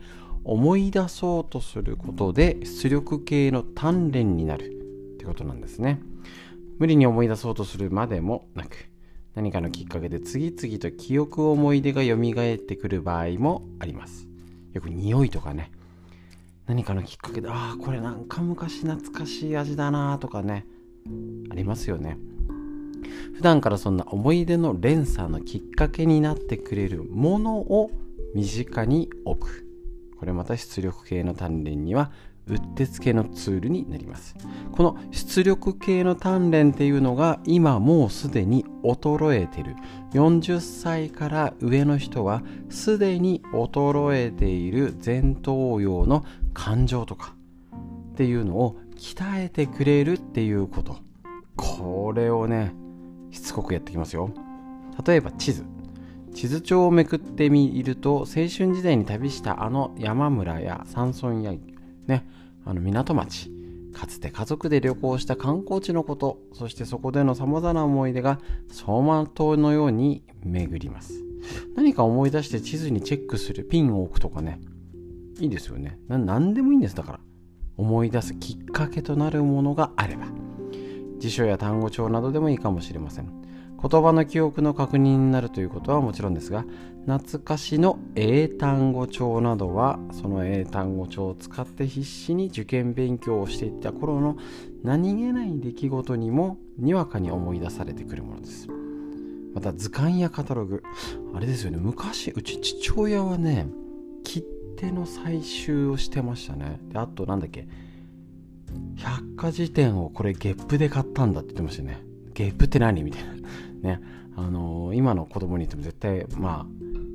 S1: 思い出そうとすることで出力系の鍛錬になるってことなんですね。無理に思い出そうとするまでもなく、何かのきっかけで次々と記憶思い出が蘇ってくる場合もあります。よく匂いとかね、何かのきっかけで、ああこれなんか昔懐かしい味だなとかね、ありますよね。普段からそんな思い出の連鎖のきっかけになってくれるものを身近に置く。これまた出力系の鍛錬にはうってつけのツールになります。この出力系の鍛錬っていうのが今もうすでに衰えているよんじゅっさいから上の人はすでに衰えている前頭葉の感情とかっていうのを鍛えてくれるっていうこと、これをねしつこくやってきますよ。例えば地図地図帳をめくってみると、青春時代に旅したあの山村や山村やね、あの港町、かつて家族で旅行した観光地のこと、そしてそこでのさまざまな思い出が走馬灯のように巡ります。何か思い出して地図にチェックする、ピンを置くとかね、いいですよね。な何でもいいんです。だから思い出すきっかけとなるものがあれば、辞書や単語帳などでもいいかもしれません。言葉の記憶の確認になるということはもちろんですが、懐かしの英単語帳などはその英単語帳を使って必死に受験勉強をしていった頃の何気ない出来事にもにわかに思い出されてくるものです。また図鑑やカタログ、あれですよね、昔うち父親はね切手の採集をしてましたね。であとなんだっけ、百科事典をこれゲップで買ったんだって言ってましたね。ゲップって何みたいなね。あのー、今の子供に言っても絶対まあ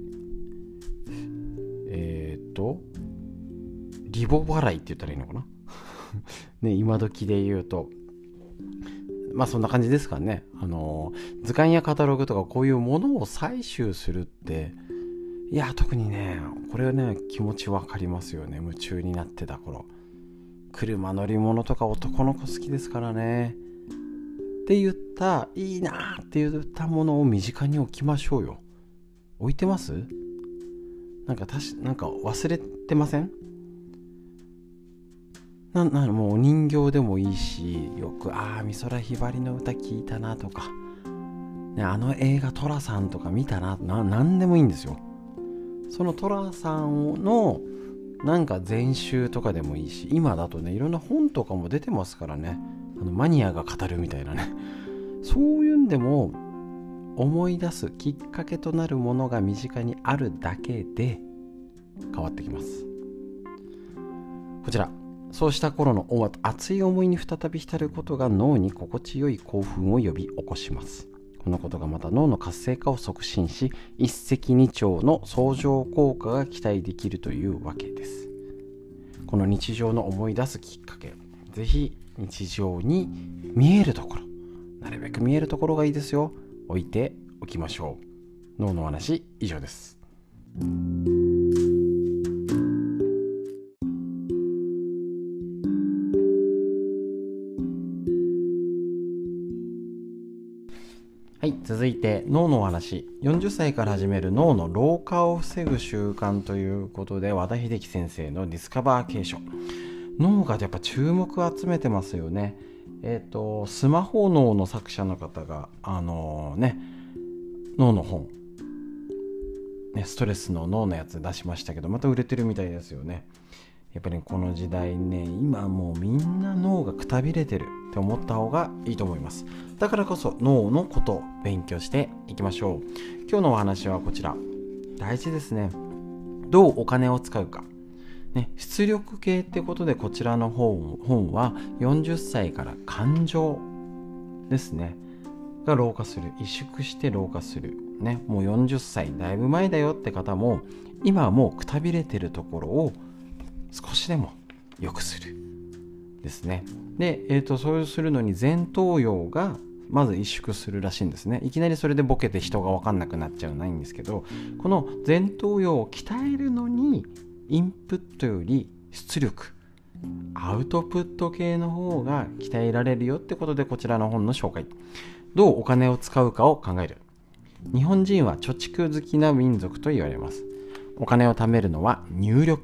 S1: えー、っとリボ払いって言ったらいいのかなね、今時で言うとまあそんな感じですかね。あのー、図鑑やカタログとかこういうものを採集するって、いや特にねこれはね気持ちわかりますよね。夢中になってた頃、車乗り物とか男の子好きですからねって言ったいいなって言ったものを身近に置きましょうよ。置いてます？なんかたしなんか忘れてません？ななもうお人形でもいいし、よくああ美空ひばりの歌聞いたなとか、ね、あの映画寅さんとか見たな、ななんでもいいんですよ。その寅さんのなんか全集とかでもいいし、今だとねいろんな本とかも出てますからね、あのマニアが語るみたいなねそういうんでも思い出すきっかけとなるものが身近にあるだけで変わってきます。こちら、そうした頃の熱い思いに再び浸ることが脳に心地よい興奮を呼び起こします。このことがまた脳の活性化を促進し、一石二鳥の相乗効果が期待できるというわけです。この日常の思い出すきっかけ、ぜひ日常に見えるところ、なるべく見えるところがいいですよ、置いておきましょう。脳の話以上です。はい、続いて脳の話。よんじゅっさいから始める脳の老化を防ぐ習慣ということで、和田秀樹先生のディスカバー継承。脳がやっぱ注目を集めてますよね。えっとスマホ脳の作者の方があのね脳の本、ね、ストレスの脳のやつ出しましたけど、また売れてるみたいですよね。やっぱりこの時代ね、今もうみんな脳がくたびれてるって思った方がいいと思います。だからこそ脳のことを勉強していきましょう。今日のお話はこちら、大事ですね。どうお金を使うか、ね、出力系ってことで、こちらの本, 本はよんじゅっさいから感情ですねが老化する、萎縮して老化する、ね、もうよんじゅっさいだいぶ前だよって方も、今はもうくたびれてるところを少しでも良くするですね。で、えーと、そうするのに前頭葉がまず萎縮するらしいんですね。いきなりそれでボケて人が分かんなくなっちゃうないんですけど、この前頭葉を鍛えるのにインプットより出力、アウトプット系の方が鍛えられるよってことで、こちらの本の紹介。どうお金を使うかを考える。日本人は貯蓄好きな民族と言われます。お金を貯めるのは入力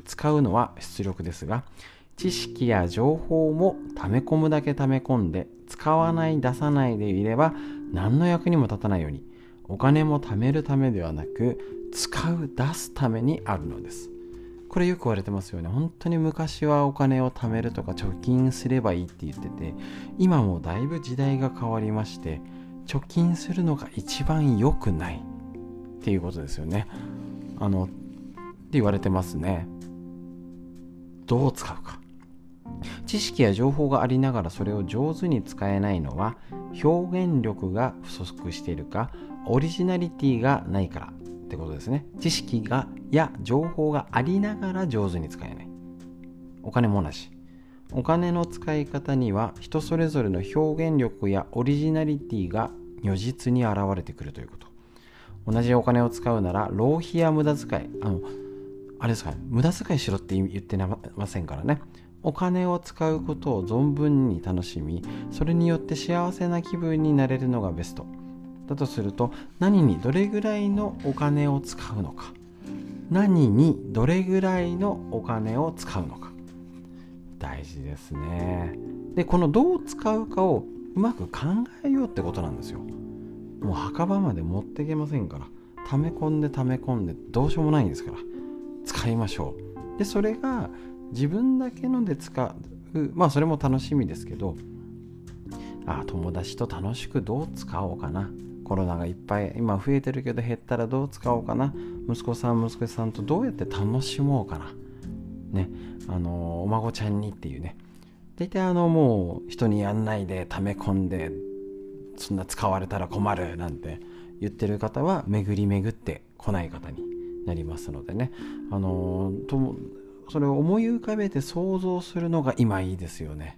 S1: 使うのは出力ですが、知識や情報も溜め込むだけ溜め込んで使わない出さないでいれば何の役にも立たないように、お金も貯めるためではなく使う出すためにあるのです。これよく言われてますよね。本当に昔はお金を貯めるとか貯金すればいいって言ってて、今もうだいぶ時代が変わりまして、貯金するのが一番良くないっていうことですよね。あのって言われてますね。どう使うか。知識や情報がありながらそれを上手に使えないのは、表現力が不足しているか、オリジナリティがないからってことですね。知識がや情報がありながら上手に使えない。お金も同じ。お金の使い方には人それぞれの表現力やオリジナリティが如実に現れてくるということ。同じお金を使うなら浪費や無駄遣い、あのあれですかね、無駄遣いしろって言ってませんからね。お金を使うことを存分に楽しみ、それによって幸せな気分になれるのがベストだとすると、何にどれぐらいのお金を使うのか、何にどれぐらいのお金を使うのか、大事ですね。で、このどう使うかをうまく考えようってことなんですよ。もう墓場まで持っていけませんから、溜め込んで溜め込んでどうしようもないんですから、使いましょう。で、それが自分だけので使う、まあそれも楽しみですけど、あ、友達と楽しくどう使おうかな、コロナがいっぱい今増えてるけど減ったらどう使おうかな、息子さん息子さんとどうやって楽しもうかなね、あのお孫ちゃんにっていうね、大体あのもう人にやんないで溜め込んでそんな使われたら困るなんて言ってる方は巡り巡ってこない方になりますのでね、あのとそれを思い浮かべて想像するのが今いいですよね。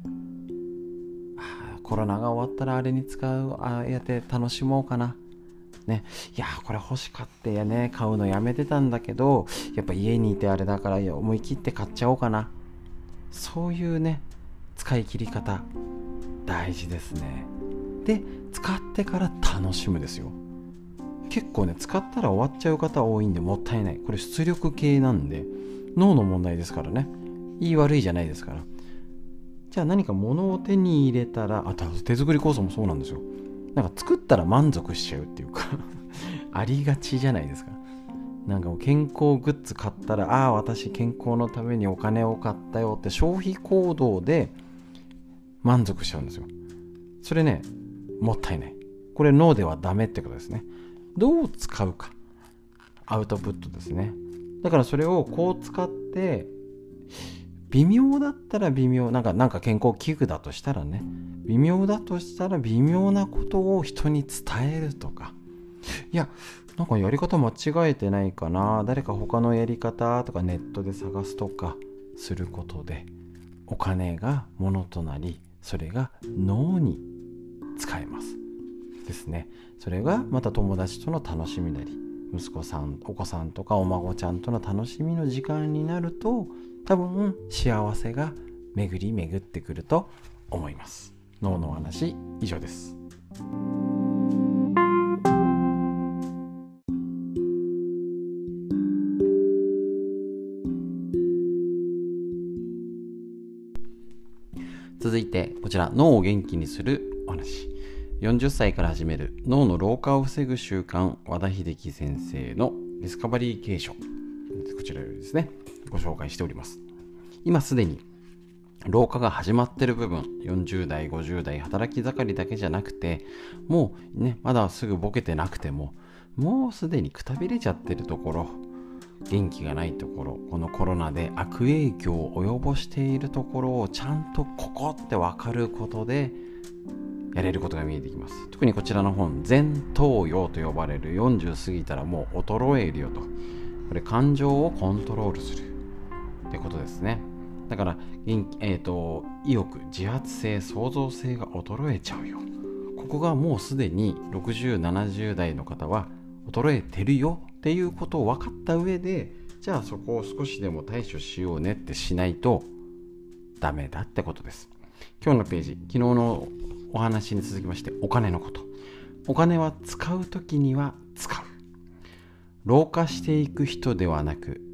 S1: コロナが終わったらあれに使う、ああやって楽しもうかなね。いやこれ欲しかったやね、買うのやめてたんだけどやっぱ家にいてあれだから思い切って買っちゃおうかな、そういうね使い切り方大事ですね。で、使ってから楽しむですよ。結構ね使ったら終わっちゃう方多いんでもったいない。これ出力系なんで脳の問題ですからね、いい悪いじゃないですから。じゃあ何か物を手に入れたら、あと手作り酵素もそうなんですよ。なんか作ったら満足しちゃうっていうかありがちじゃないですか。なんかもう健康グッズ買ったら、ああ私健康のためにお金を買ったよって消費行動で満足しちゃうんですよ。それねもったいない。これ脳ではダメってことですね。どう使うか、アウトプットですね。だからそれをこう使って、微妙だったら微妙、なんかなんか健康器具だとしたらね、微妙だとしたら微妙なことを人に伝えるとか、いやなんかやり方間違えてないかな、誰か他のやり方とかネットで探すとかすることでお金が物となり、それが脳に使えますですね。それがまた友達との楽しみなり、息子さんお子さんとかお孫ちゃんとの楽しみの時間になると、多分幸せが巡り巡ってくると思います。脳のお話以上です。続いてこちら、脳を元気にするお話。よんじゅっさいから始める脳の老化を防ぐ習慣、和田秀樹先生のディスカバリー継承、こちらよりですねご紹介しております。今すでに老化が始まっている部分、よんじゅう代ごじゅう代働き盛りだけじゃなくて、もうねまだすぐボケてなくても、もうすでにくたびれちゃってるところ、元気がないところ、このコロナで悪影響を及ぼしているところをちゃんとここって分かることでやれることが見えてきます。特にこちらの本、前頭葉と呼ばれるよんじゅう過ぎたらもう衰えるよと、これ感情をコントロールするってことですね。だから元気、えーと、意欲、自発性、創造性が衰えちゃうよ。ここがもうすでにろくじゅう、ななじゅう代の方は衰えてるよっていうことを分かった上で、じゃあそこを少しでも対処しようねってしないとダメだってことです。今日のページ、昨日のお話に続きまして、お金のこと。お金は使うときには使う。老化していく人ではなく、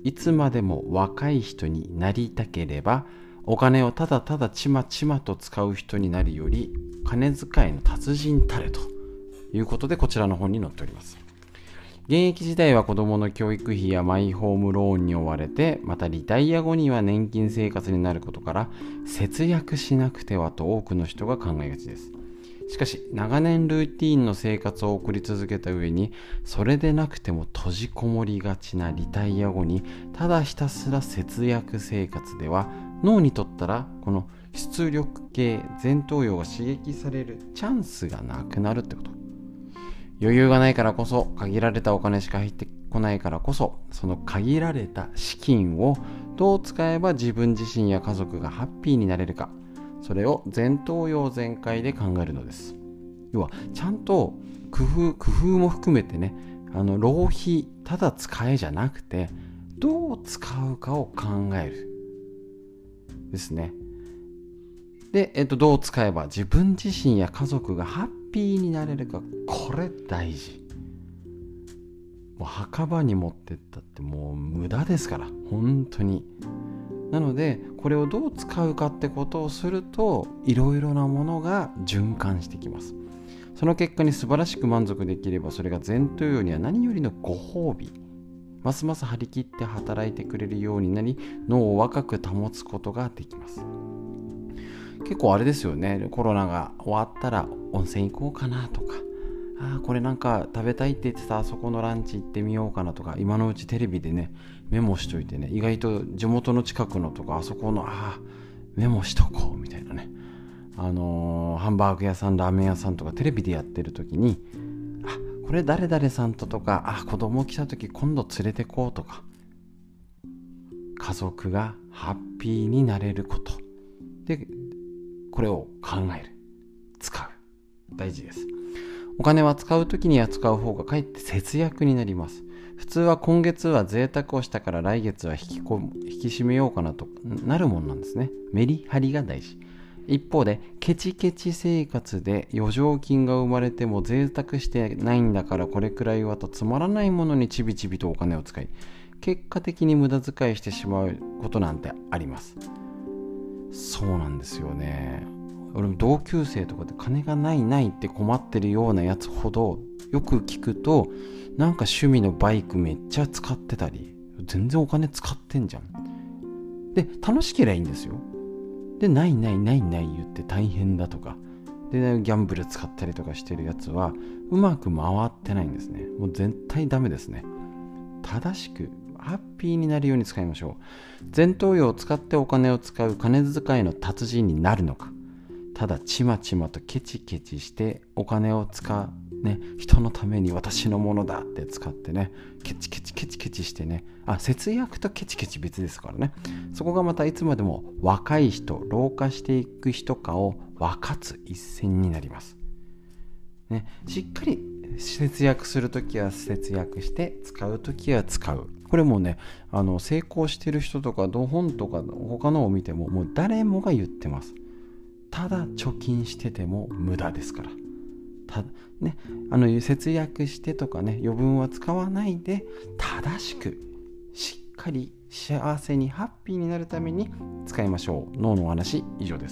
S1: いつまでも若い人になりたければ、お金をただただちまちまと使う人になるより、金遣いの達人たれということで、こちらの本に載っております。現役時代は子供の教育費やマイホームローンに追われて、またリタイア後には年金生活になることから、節約しなくてはと多くの人が考えがちです。しかし、長年ルーティーンの生活を送り続けた上に、それでなくても閉じこもりがちなリタイア後に、ただひたすら節約生活では、脳にとったら、この出力系、前頭葉が刺激されるチャンスがなくなるってこと。余裕がないからこそ、限られたお金しか入ってこないからこそ、その限られた資金をどう使えば自分自身や家族がハッピーになれるか、それを前頭葉全開で考えるのです。要はちゃんと工夫工夫も含めてね、あの浪費ただ使えじゃなくて、どう使うかを考えるですね。で、えっと、どう使えば自分自身や家族がハッピーになれるか、これ大事。もう墓場に持ってったってもう無駄ですから、本当に。なのでこれをどう使うかってことをすると、いろいろなものが循環してきます。その結果に素晴らしく満足できれば、それが前頭葉には何よりのご褒美。ますます張り切って働いてくれるようになり、脳を若く保つことができます。結構あれですよね、コロナが終わったら温泉行こうかなとか、あこれなんか食べたいって言ってたあそこのランチ行ってみようかなとか、今のうちテレビでねメモしといてね、意外と地元の近くのとかあそこのあメモしとこうみたいなね、あのー、ハンバーグ屋さんラーメン屋さんとかテレビでやってる時に、あこれ誰々さんととか、あ子供来た時今度連れてこうとか、家族がハッピーになれることで、これを考える、使う、大事です。お金は使うときには使う方がかえって節約になります。普通は今月は贅沢をしたから来月は引きこ引き締めようかなとなるもんなんですね。メリハリが大事。一方でケチケチ生活で余剰金が生まれても贅沢してないんだからこれくらいはとつまらないものにちびちびとお金を使い、結果的に無駄遣いしてしまうことなんてあります。そうなんですよね。俺も同級生とかで金がないないって困ってるようなやつほどよく聞くと、なんか趣味のバイクめっちゃ使ってたり、全然お金使ってんじゃん。で楽しければいいんですよ。でないないないない言って大変だとかで、ね、ギャンブル使ったりとかしてるやつはうまく回ってないんですね。もう絶対ダメですね。正しくハッピーになるように使いましょう。前頭葉を使ってお金を使う金遣いの達人になるのか、ただちまちまとケチケチしてお金を使うね、人のために私のものだって使ってね、ケチケチケチケチしてね、あ節約とケチケチ別ですからね。そこがまたいつまでも若い人、老化していく人かを分かつ一線になります、ね、しっかり節約するときは節約して使うときは使う。これもね、あの成功してる人とか本とか他のを見てももう誰もが言ってます。ただ貯金してても無駄ですから。たね、あの節約してとかね、余分は使わないで正しくしっかり幸せにハッピーになるために使いましょう。脳のお話以上です。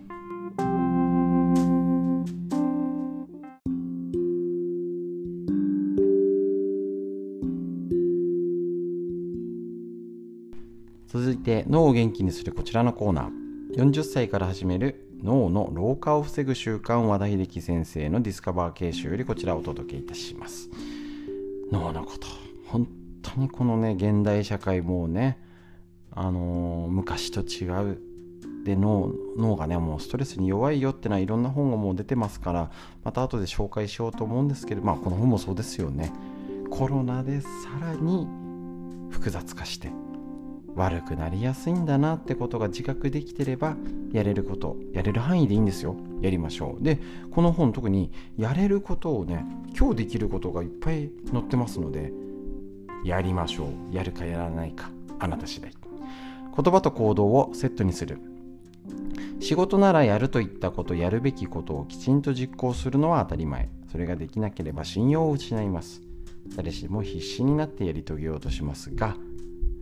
S1: 続いて脳を元気にするこちらのコーナー、よんじゅっさいから始める脳の老化を防ぐ習慣、和田秀樹先生のディスカバー形式よりこちらをお届けいたします。脳のこと、本当にこのね現代社会もうね、あのー、昔と違うで 脳, 脳がねもうストレスに弱いよってのはいろんな本がもう出てますから、また後で紹介しようと思うんですけど、まあこの本もそうですよね。コロナでさらに複雑化して悪くなりやすいんだなってことが自覚できてれば、やれることやれる範囲でいいんですよ。やりましょう。でこの本特にやれることをね、今日できることがいっぱい載ってますので、やりましょう。やるかやらないかあなた次第。言葉と行動をセットにする。仕事ならやるといったこと、やるべきことをきちんと実行するのは当たり前。それができなければ信用を失います。誰しも必死になってやり遂げようとしますが、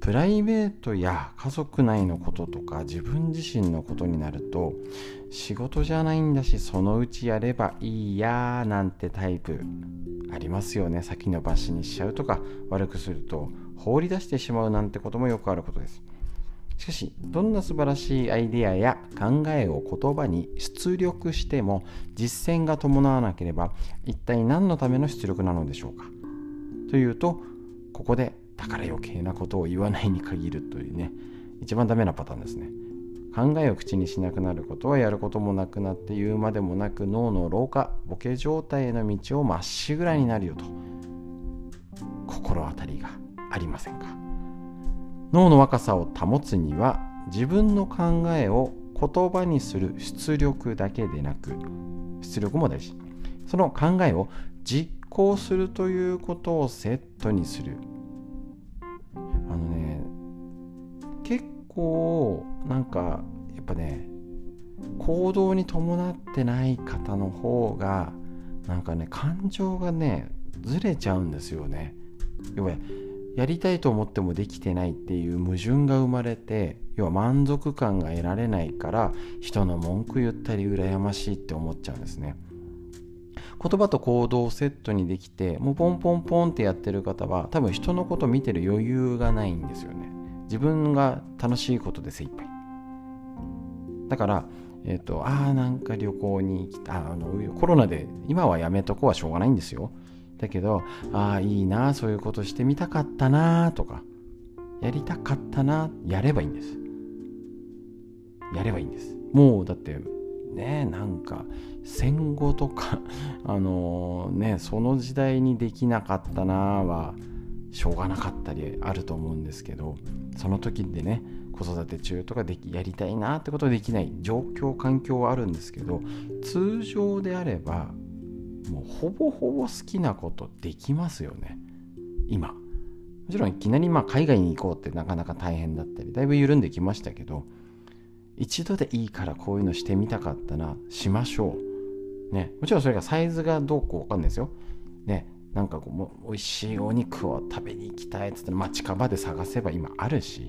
S1: プライベートや家族内のこととか自分自身のことになると、仕事じゃないんだしそのうちやればいいやなんてタイプありますよね。先延ばしにしちゃうとか、悪くすると放り出してしまうなんてこともよくあることです。しかし、どんな素晴らしいアイデアや考えを言葉に出力しても実践が伴わなければ、一体何のための出力なのでしょうか。というと、ここでだから余計なことを言わないに限るというね、一番ダメなパターンですね。考えを口にしなくなることはやることもなくなって、言うまでもなく脳の老化、ボケ状態への道をまっしぐらになるよと、心当たりがありませんか。脳の若さを保つには、自分の考えを言葉にする出力だけでなく、出力も大事。その考えを実行するということをセットにする。あのね、結構なんかやっぱね、行動に伴ってない方の方がなんかね、感情がねずれちゃうんですよね。要はやりたいと思ってもできてないっていう矛盾が生まれて、要は満足感が得られないから、人の文句言ったり羨ましいって思っちゃうんですね。言葉と行動をセットにできて、もうポンポンポンってやってる方は多分人のこと見てる余裕がないんですよね。自分が楽しいことで精一杯だから、えっとああなんか旅行に来た、あのコロナで今はやめとこはしょうがないんですよ。だけど、ああいいな、そういうことしてみたかったなとか、やりたかったな、やればいいんです。やればいいんです。もうだってね、なんか戦後とかあのね、その時代にできなかったなはしょうがなかったりあると思うんですけど、その時でね、子育て中とかできやりたいなってことはできない状況環境はあるんですけど、通常であればもうほぼほぼ好きなことできますよね。今もちろんいきなりまあ海外に行こうってなかなか大変だったり、だいぶ緩んできましたけど、一度でいいからこういうのしてみたかったな、しましょうね。もちろんそれがサイズがどうこうわかんないですよね。なんかこうもう美味しいお肉を食べに行きたいっつって、まあ近場で探せば今あるし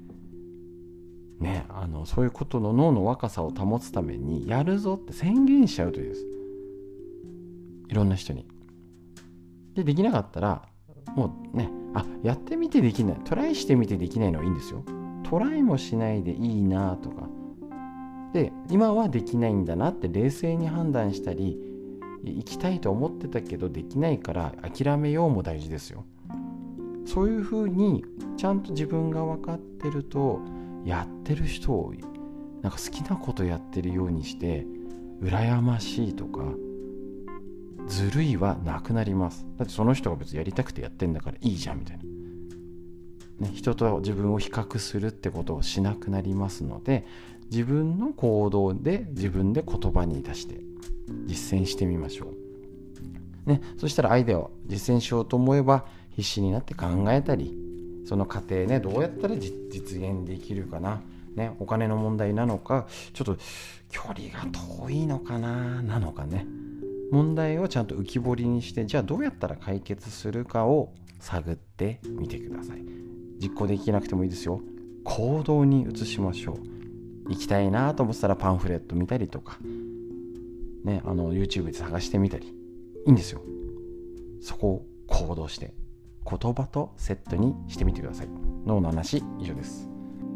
S1: ね、あのそういうことの脳の若さを保つためにやるぞって宣言しちゃうといいです。いろんな人に。で、できなかったらもうね、あ、やってみてできない、トライしてみてできないのはいいんですよ。トライもしないでいいなとかで、今はできないんだなって冷静に判断したり、行きたいと思ってたけどできないから諦めようも大事ですよ。そういうふうにちゃんと自分が分かってると、やってる人をなんか好きなことやってるようにして羨ましいとかずるいはなくなります。だってその人が別にやりたくてやってんだからいいじゃんみたいな、ね、人と自分を比較するってことをしなくなりますので、自分の行動で自分で言葉に出して実践してみましょう、ね、そしたらアイデアを実践しようと思えば必死になって考えたり、その過程ね、どうやったら実現できるかな、ね、お金の問題なのか、ちょっと距離が遠いのかななのかね、問題をちゃんと浮き彫りにして、じゃあどうやったら解決するかを探ってみてください。実行できなくてもいいですよ。行動に移しましょう。行きたいなと思ってたらパンフレット見たりとか、ね、あの YouTube で探してみたり、いいんですよ。そこを行動して言葉とセットにしてみてください。脳の話以上です。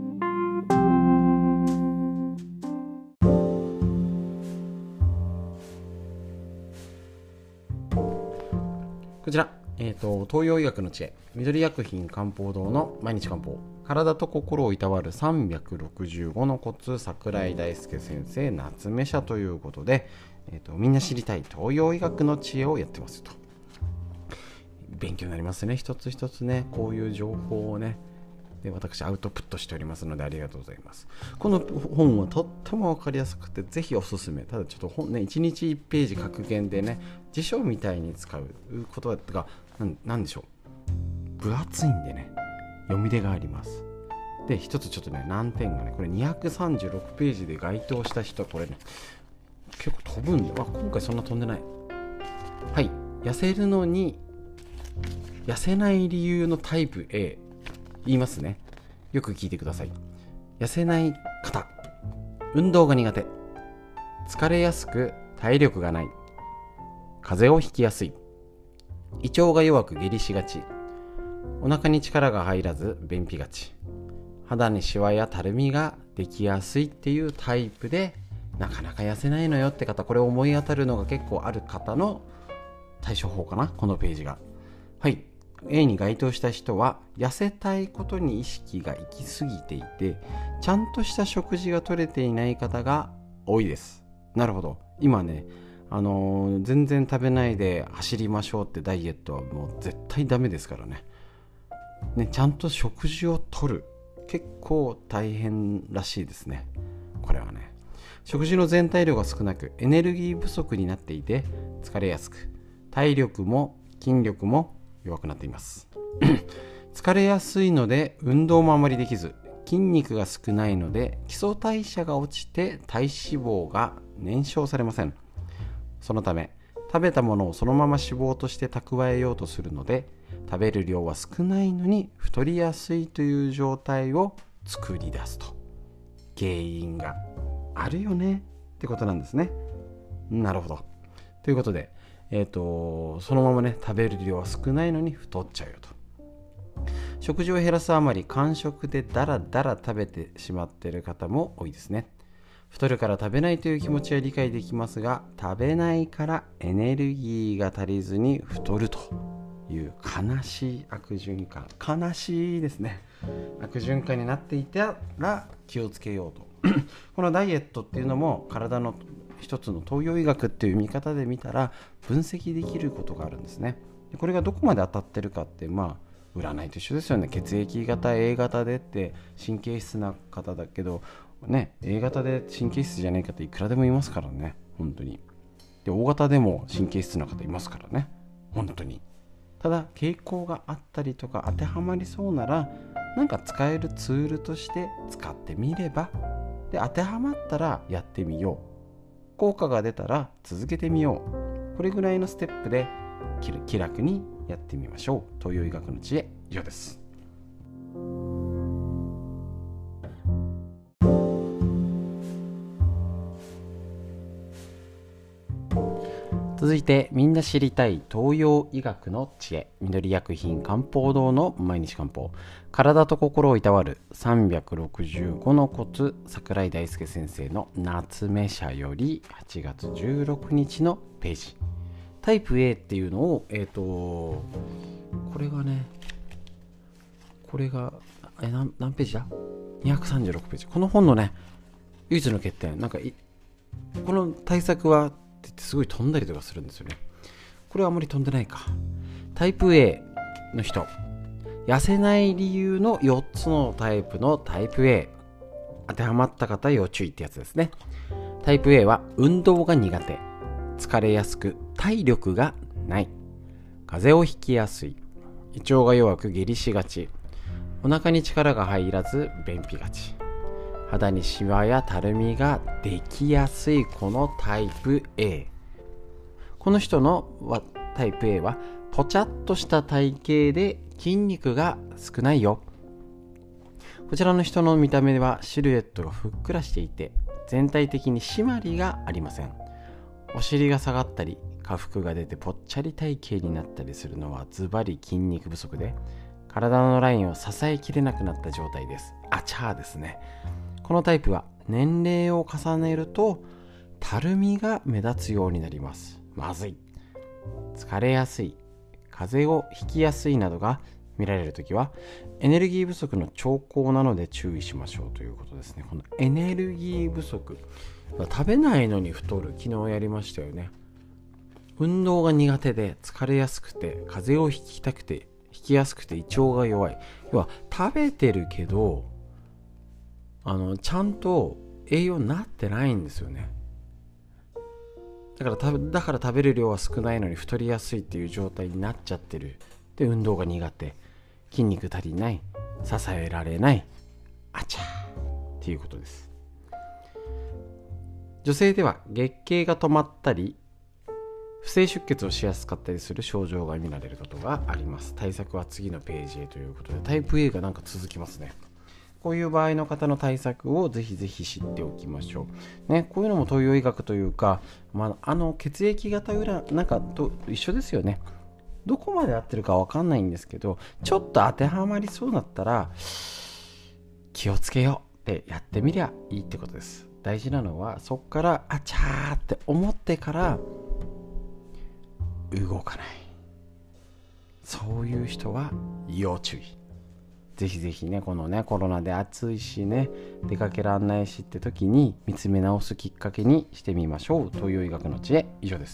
S1: こちら、えーと、東洋医学の知恵、緑薬品漢方堂の毎日漢方、体と心をいたわるさんびゃくろくじゅうごのコツ、櫻井大輔先生夏目社ということで、えーと、みんな知りたい東洋医学の知恵をやってますと。勉強になりますね、一つ一つね、こういう情報をね、で私アウトプットしておりますのでありがとうございます。この本はとっても分かりやすくてぜひおすすめ。ただちょっと本ね、いちにちいちページ格言でね、辞書みたいに使うことがなんでしょう、分厚いんでね、読み出があります。で、一つちょっとね、難点がね、これにひゃくさんじゅうろくページで該当した人、これね結構飛ぶんで、あ、今回そんな飛んでない。はい、痩せるのに痩せない理由のタイプ A、 言いますね。 よく聞いてください。痩せない方、運動が苦手、疲れやすく体力がない、風邪をひきやすい、胃腸が弱く下痢しがち、お腹に力が入らず便秘がち、肌にシワやたるみができやすいっていうタイプでなかなか痩せないのよって方、これ思い当たるのが結構ある方の対処法かな、このページが。はい、 A に該当した人は痩せたいことに意識が行き過ぎていて、ちゃんとした食事が取れていない方が多いです。なるほど。今ね、あのー、全然食べないで走りましょうってダイエットはもう絶対ダメですからね。ね、ちゃんと食事を取る、結構大変らしいですね。これはね、食事の全体量が少なくエネルギー不足になっていて疲れやすく、体力も筋力も弱くなっています疲れやすいので運動もあまりできず、筋肉が少ないので基礎代謝が落ちて体脂肪が燃焼されません。そのため食べたものをそのまま脂肪として蓄えようとするので、食べる量は少ないのに太りやすいという状態を作り出すと。原因があるよねってことなんですね。なるほど。ということで、えーと、そのままね、食べる量は少ないのに太っちゃうよと。食事を減らすあまり間食でダラダラ食べてしまっている方も多いですね。太るから食べないという気持ちは理解できますが、食べないからエネルギーが足りずに太るという悲しい悪循環、悲しいですね。悪循環になっていたら気をつけようとこのダイエットっていうのも体の一つの東洋医学っていう見方で見たら分析できることがあるんですね。これがどこまで当たってるかって、まあ占いと一緒ですよね。血液型 A 型でって神経質な方だけどね、A 型で神経質じゃない方いくらでもいますからね、本当に。で、O 型でも神経質な方いますからね、本当に。ただ傾向があったりとか当てはまりそうなら、なんか使えるツールとして使ってみれば、で当てはまったらやってみよう、効果が出たら続けてみよう、これぐらいのステップで気楽にやってみましょう。東洋医学の知恵、以上です。続いて、みんな知りたい東洋医学の知恵、緑薬品漢方堂の毎日漢方、体と心をいたわるさんびゃくろくじゅうごのコツ、櫻井大輔先生の夏目社よりはちがつじゅうろくにちのページ。タイプ A っていうのを、えっとこれがね、これがえ 何, 何ページだ ?にひゃくさんじゅうろくページ。この本のね、唯一の欠点、なんかいこの対策はって言ってすごい飛んだりとかするんですよね。これはあまり飛んでないか。タイプ A の人、痩せない理由のよっつのタイプのタイプ A、 当てはまった方要注意ってやつですね。タイプ A は運動が苦手、疲れやすく体力がない、風邪をひきやすい、胃腸が弱く下痢しがち、お腹に力が入らず便秘がち、肌にシワやたるみができやすい、このタイプ A。 この人のタイプ A はぽちゃっとした体型で筋肉が少ないよ。こちらの人の見た目はシルエットがふっくらしていて、全体的に締まりがありません。お尻が下がったり下腹が出てぽっちゃり体型になったりするのはズバリ筋肉不足で、体のラインを支えきれなくなった状態です。あちゃーですね。このタイプは年齢を重ねるとたるみが目立つようになります。まずい。疲れやすい、風邪をひきやすいなどが見られるときはエネルギー不足の兆候なので注意しましょうということですね。このエネルギー不足、食べないのに太る、昨日やりましたよね。運動が苦手で疲れやすくて風邪をひきたくてひきやすくて胃腸が弱い。要は食べてるけどあのちゃんと栄養になってないんですよね。だからただから食べる量は少ないのに太りやすいっていう状態になっちゃってる。で、運動が苦手、筋肉足りない、支えられない、あちゃーっていうことです。女性では月経が止まったり不正出血をしやすかったりする症状が見られることがあります。対策は次のページへということで、タイプ A がなんか続きますね。 こういう場合の方の対策をぜひぜひ知っておきましょう。ね、こういうのも東洋医学というか、まあ、あの血液型占いなんかと一緒ですよね。どこまで合ってるかわかんないんですけど、ちょっと当てはまりそうだったら気をつけようってやってみりゃいいってことです。大事なのはそこからあちゃーって思ってから動かない。そういう人は要注意。ぜひぜひね、このねコロナで暑いしね、出かけらんないしって時に見つめ直すきっかけにしてみましょう。東洋医学の知恵、以上です。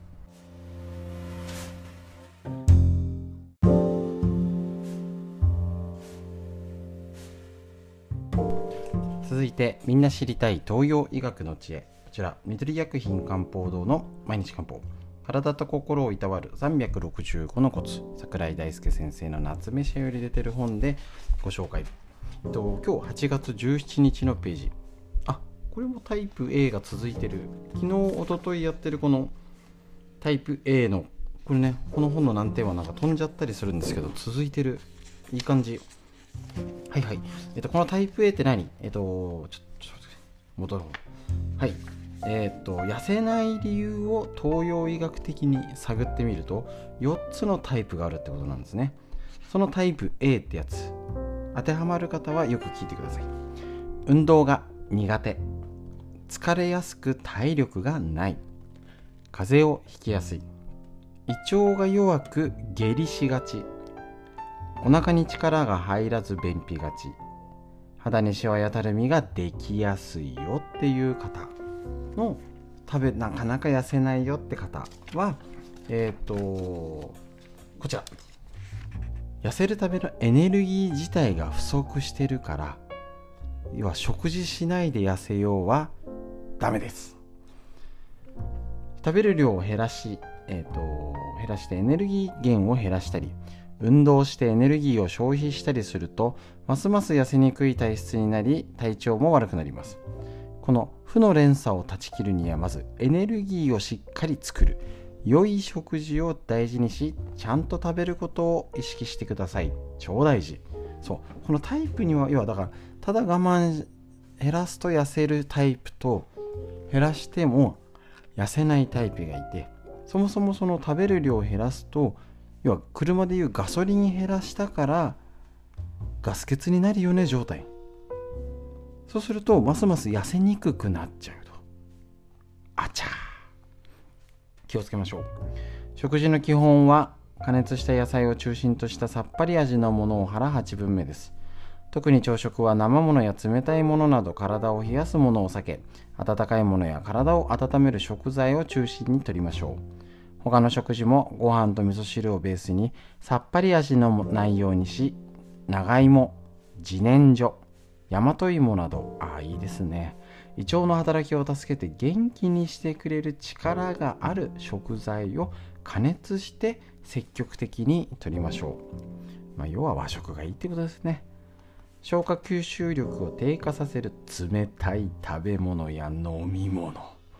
S1: 続いてみんな知りたい東洋医学の知恵、こちら緑薬品漢方堂の毎日漢方、体と心をいたわるさんびゃくろくじゅうごのコツ、櫻井大輔先生の夏目社より出てる本でご紹介。えっと、今日はちがつじゅうしちにちのページ。あ、これもタイプ A が続いてる。昨日一昨日やってるこのタイプ A のこれね、この本の難点はなんか飛んじゃったりするんですけど、続いてる。いい感じ。はいはい。えっとこのタイプ A って何？えっとちょっと戻ろう。はい。えー、っと痩せない理由を東洋医学的に探ってみるとよっつのタイプがあるってことなんですね。そのタイプ A ってやつ、当てはまる方はよく聞いてください。運動が苦手、疲れやすく体力がない、風邪をひきやすい、胃腸が弱く下痢しがち、お腹に力が入らず便秘がち、肌にシワやたるみができやすいよっていう方の、食べなかなか痩せないよって方はえっとこちら、痩せるためのエネルギー自体が不足してるから、要は食事しないで痩せようはダメです。食べる量を減らし、えっと減らしてエネルギー源を減らしたり、運動してエネルギーを消費したりするとますます痩せにくい体質になり、体調も悪くなります。この負の連鎖を断ち切るには、まずエネルギーをしっかり作る良い食事を大事にし、ちゃんと食べることを意識してください。超大事。そう、このタイプには、要はだからただ我慢、減らすと痩せるタイプと減らしても痩せないタイプがいて、そもそもその食べる量を減らすと、要は車でいうガソリン減らしたからガス欠になるよね状態。そうするとますます痩せにくくなっちゃうと。あちゃー、気をつけましょう。食事の基本は加熱した野菜を中心としたさっぱり味のものを腹はちぶんめです。特に朝食は生ものや冷たいものなど体を冷やすものを避け、温かいものや体を温める食材を中心にとりましょう。他の食事もご飯と味噌汁をベースにさっぱり味の内容にし、長芋、自然薯、大和芋など、ああいいですね、胃腸の働きを助けて元気にしてくれる力がある食材を加熱して積極的に摂りましょう。まあ、要は和食がいいってことですね。消化吸収力を低下させる冷たい食べ物や飲み物、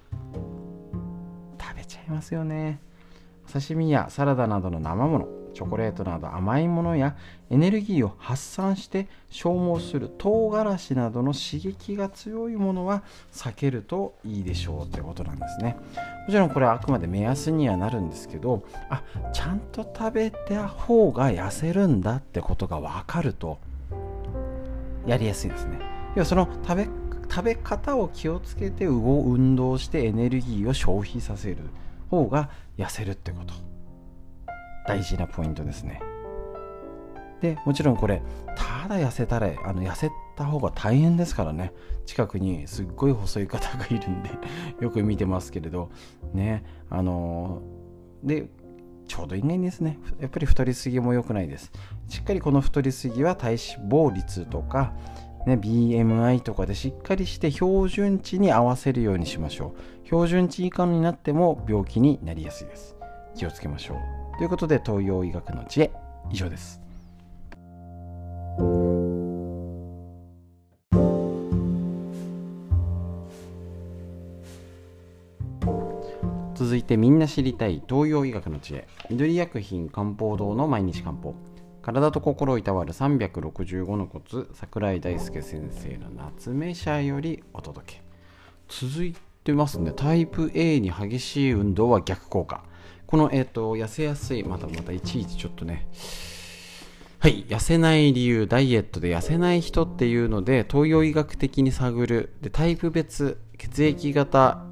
S1: 食べちゃいますよね。刺身やサラダなどの生もの、チョコレートなど甘いものやエネルギーを発散して消耗する唐辛子などの刺激が強いものは避けるといいでしょうってことなんですね。もちろんこれはあくまで目安にはなるんですけど、あ、ちゃんと食べた方が痩せるんだってことが分かるとやりやすいですね。要はその食べ、食べ方を気をつけて運動してエネルギーを消費させる方が痩せるってこと、大事なポイントですね。でもちろんこれただ痩せたらあの痩せた方が大変ですからね。近くにすっごい細い方がいるんでよく見てますけれどね、あのでちょうどいいですね。やっぱり太りすぎも良くないです。しっかりこの太りすぎは体脂肪率とか、ね、ビーエムアイ とかでしっかりして標準値に合わせるようにしましょう。標準値以下になっても病気になりやすいです。気をつけましょう。ということで東洋医学の知恵、以上です。続いてみんな知りたい東洋医学の知恵、緑薬品漢方堂の毎日漢方、 体と心をいたわるさんびゃくろくじゅうごのコツ、桜井大輔先生の夏目社よりお届け。続いてますね。タイプ A に激しい運動は逆効果。この、えっと、痩せやすい、またまたいちいちちょっとね、はい、痩せない理由、ダイエットで痩せない人っていうので、東洋医学的に探る。で、タイプ別、血液型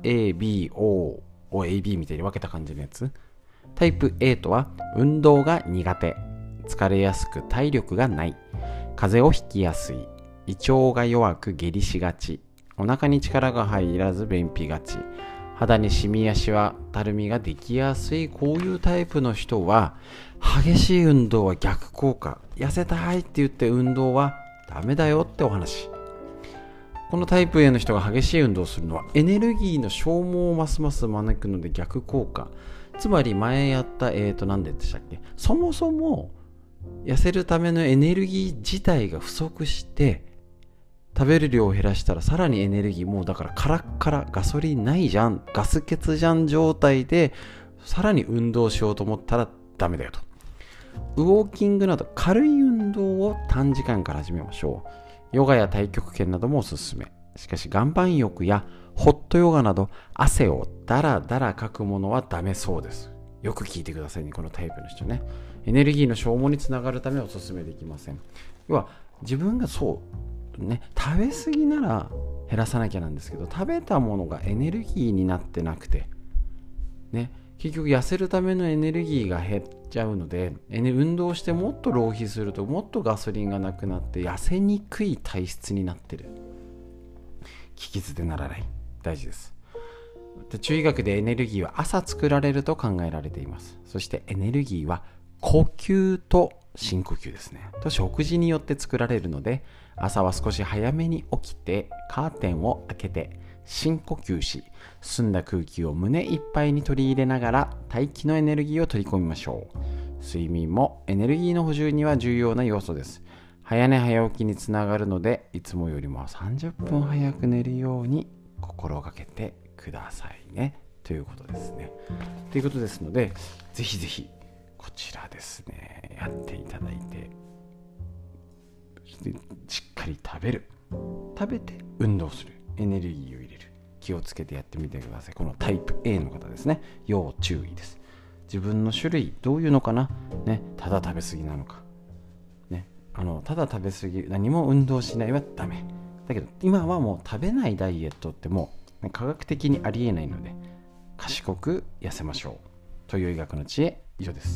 S1: A、B、O を エービー みたいに分けた感じのやつ。タイプ A とは、運動が苦手。疲れやすく体力がない、風邪をひきやすい、胃腸が弱く下痢しがち、お腹に力が入らず便秘がち、肌にシミやシワ、たるみができやすい、こういうタイプの人は激しい運動は逆効果、痩せたいって言って運動はダメだよってお話。このタイプ A の人が激しい運動をするのはエネルギーの消耗をますます招くので逆効果。つまり前やったえーと何でしたっけ、そもそも痩せるためのエネルギー自体が不足して、食べる量を減らしたらさらにエネルギー、もうだからカラッカラ、ガソリンないじゃん、ガス欠じゃん状態でさらに運動しようと思ったらダメだよと。ウォーキングなど軽い運動を短時間から始めましょう。ヨガや太極拳などもおすすめ。しかし岩盤浴やホットヨガなど汗をダラダラかくものはダメそうです。よく聞いてくださいね、このタイプの人ね。エネルギーの消耗につながるためおすすめできません。要は自分がそうね、食べ過ぎなら減らさなきゃなんですけど、食べたものがエネルギーになってなくてね、結局痩せるためのエネルギーが減っちゃうので、運動してもっと浪費するともっとガソリンがなくなって痩せにくい体質になってる。聞き捨てならない。大事です。で、中医学でエネルギーは朝作られると考えられています。そしてエネルギーは呼吸と深呼吸ですねと食事によって作られるので、朝は少し早めに起きてカーテンを開けて深呼吸し、澄んだ空気を胸いっぱいに取り入れながら大気のエネルギーを取り込みましょう。睡眠もエネルギーの補充には重要な要素です。早寝早起きにつながるので、いつもよりもさんじゅっぷん早く寝るように心がけてくださいねということですね。ということですので、ぜひぜひこちらですね、やっていただいて、しっかり食べる、食べて運動する、エネルギーを入れる、気をつけてやってみてください。このタイプ A の方ですね、要注意です。自分の種類どういうのかな、ね、ただ食べ過ぎなのか、ね、あのただ食べ過ぎ、何も運動しないはダメだけど、今はもう食べないダイエットってもう科学的にありえないので、賢く痩せましょうという医学の知恵、以上です。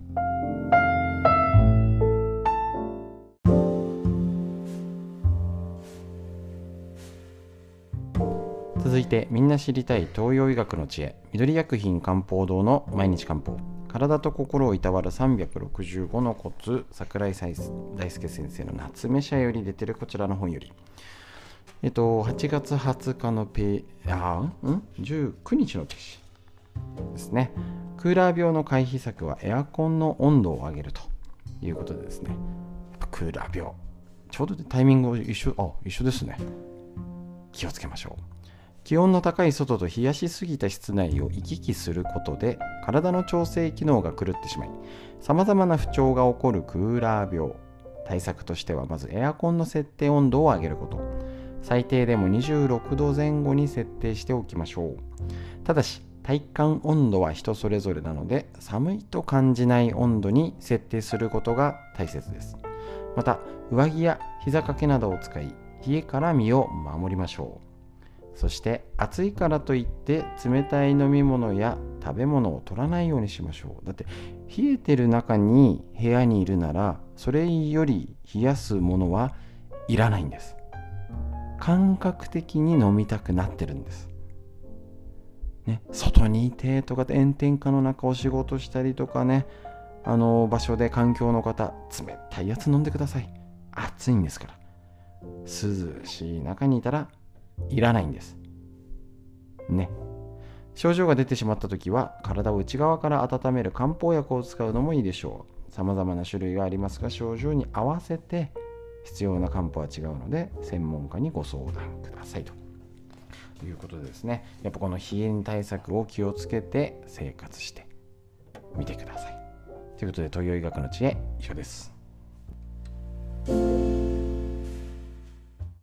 S1: 続いて、みんな知りたい東洋医学の知恵、緑薬品漢方堂の毎日漢方、体と心をいたわるさんびゃくろくじゅうごのコツ、桜井大輔先生の夏目社より出てるこちらの本より、えっと、はちがつはつかのペあんじゅうくにちのページですね。クーラー病の回避策はエアコンの温度を上げるということでですね、やっぱクーラー病、ちょうどタイミング一緒、あ、一緒ですね。気をつけましょう。気温の高い外と冷やしすぎた室内を行き来することで体の調整機能が狂ってしまい、さまざまな不調が起こるクーラー病。対策としては、まずエアコンの設定温度を上げること。最低でもにじゅうろくどぜん後に設定しておきましょう。ただし体感温度は人それぞれなので、寒いと感じない温度に設定することが大切です。また上着や膝掛けなどを使い、冷えから身を守りましょう。そして暑いからといって冷たい飲み物や食べ物を取らないようにしましょう。だって冷えてる中に部屋にいるなら、それより冷やすものはいらないんです。感覚的に飲みたくなってるんです、ね、外にいてとかで炎天下の中お仕事したりとかね、あの場所で環境の方、冷たいやつ飲んでください。暑いんですから。涼しい中にいたらいらないんですね。症状が出てしまった時は、体を内側から温める漢方薬を使うのもいいでしょう。さまざまな種類がありますが、症状に合わせて必要な漢方は違うので、専門家にご相談くださいということでですね、やっぱこの冷え対策を気をつけて生活してみてください。 ということで、東洋医学の知恵以上です。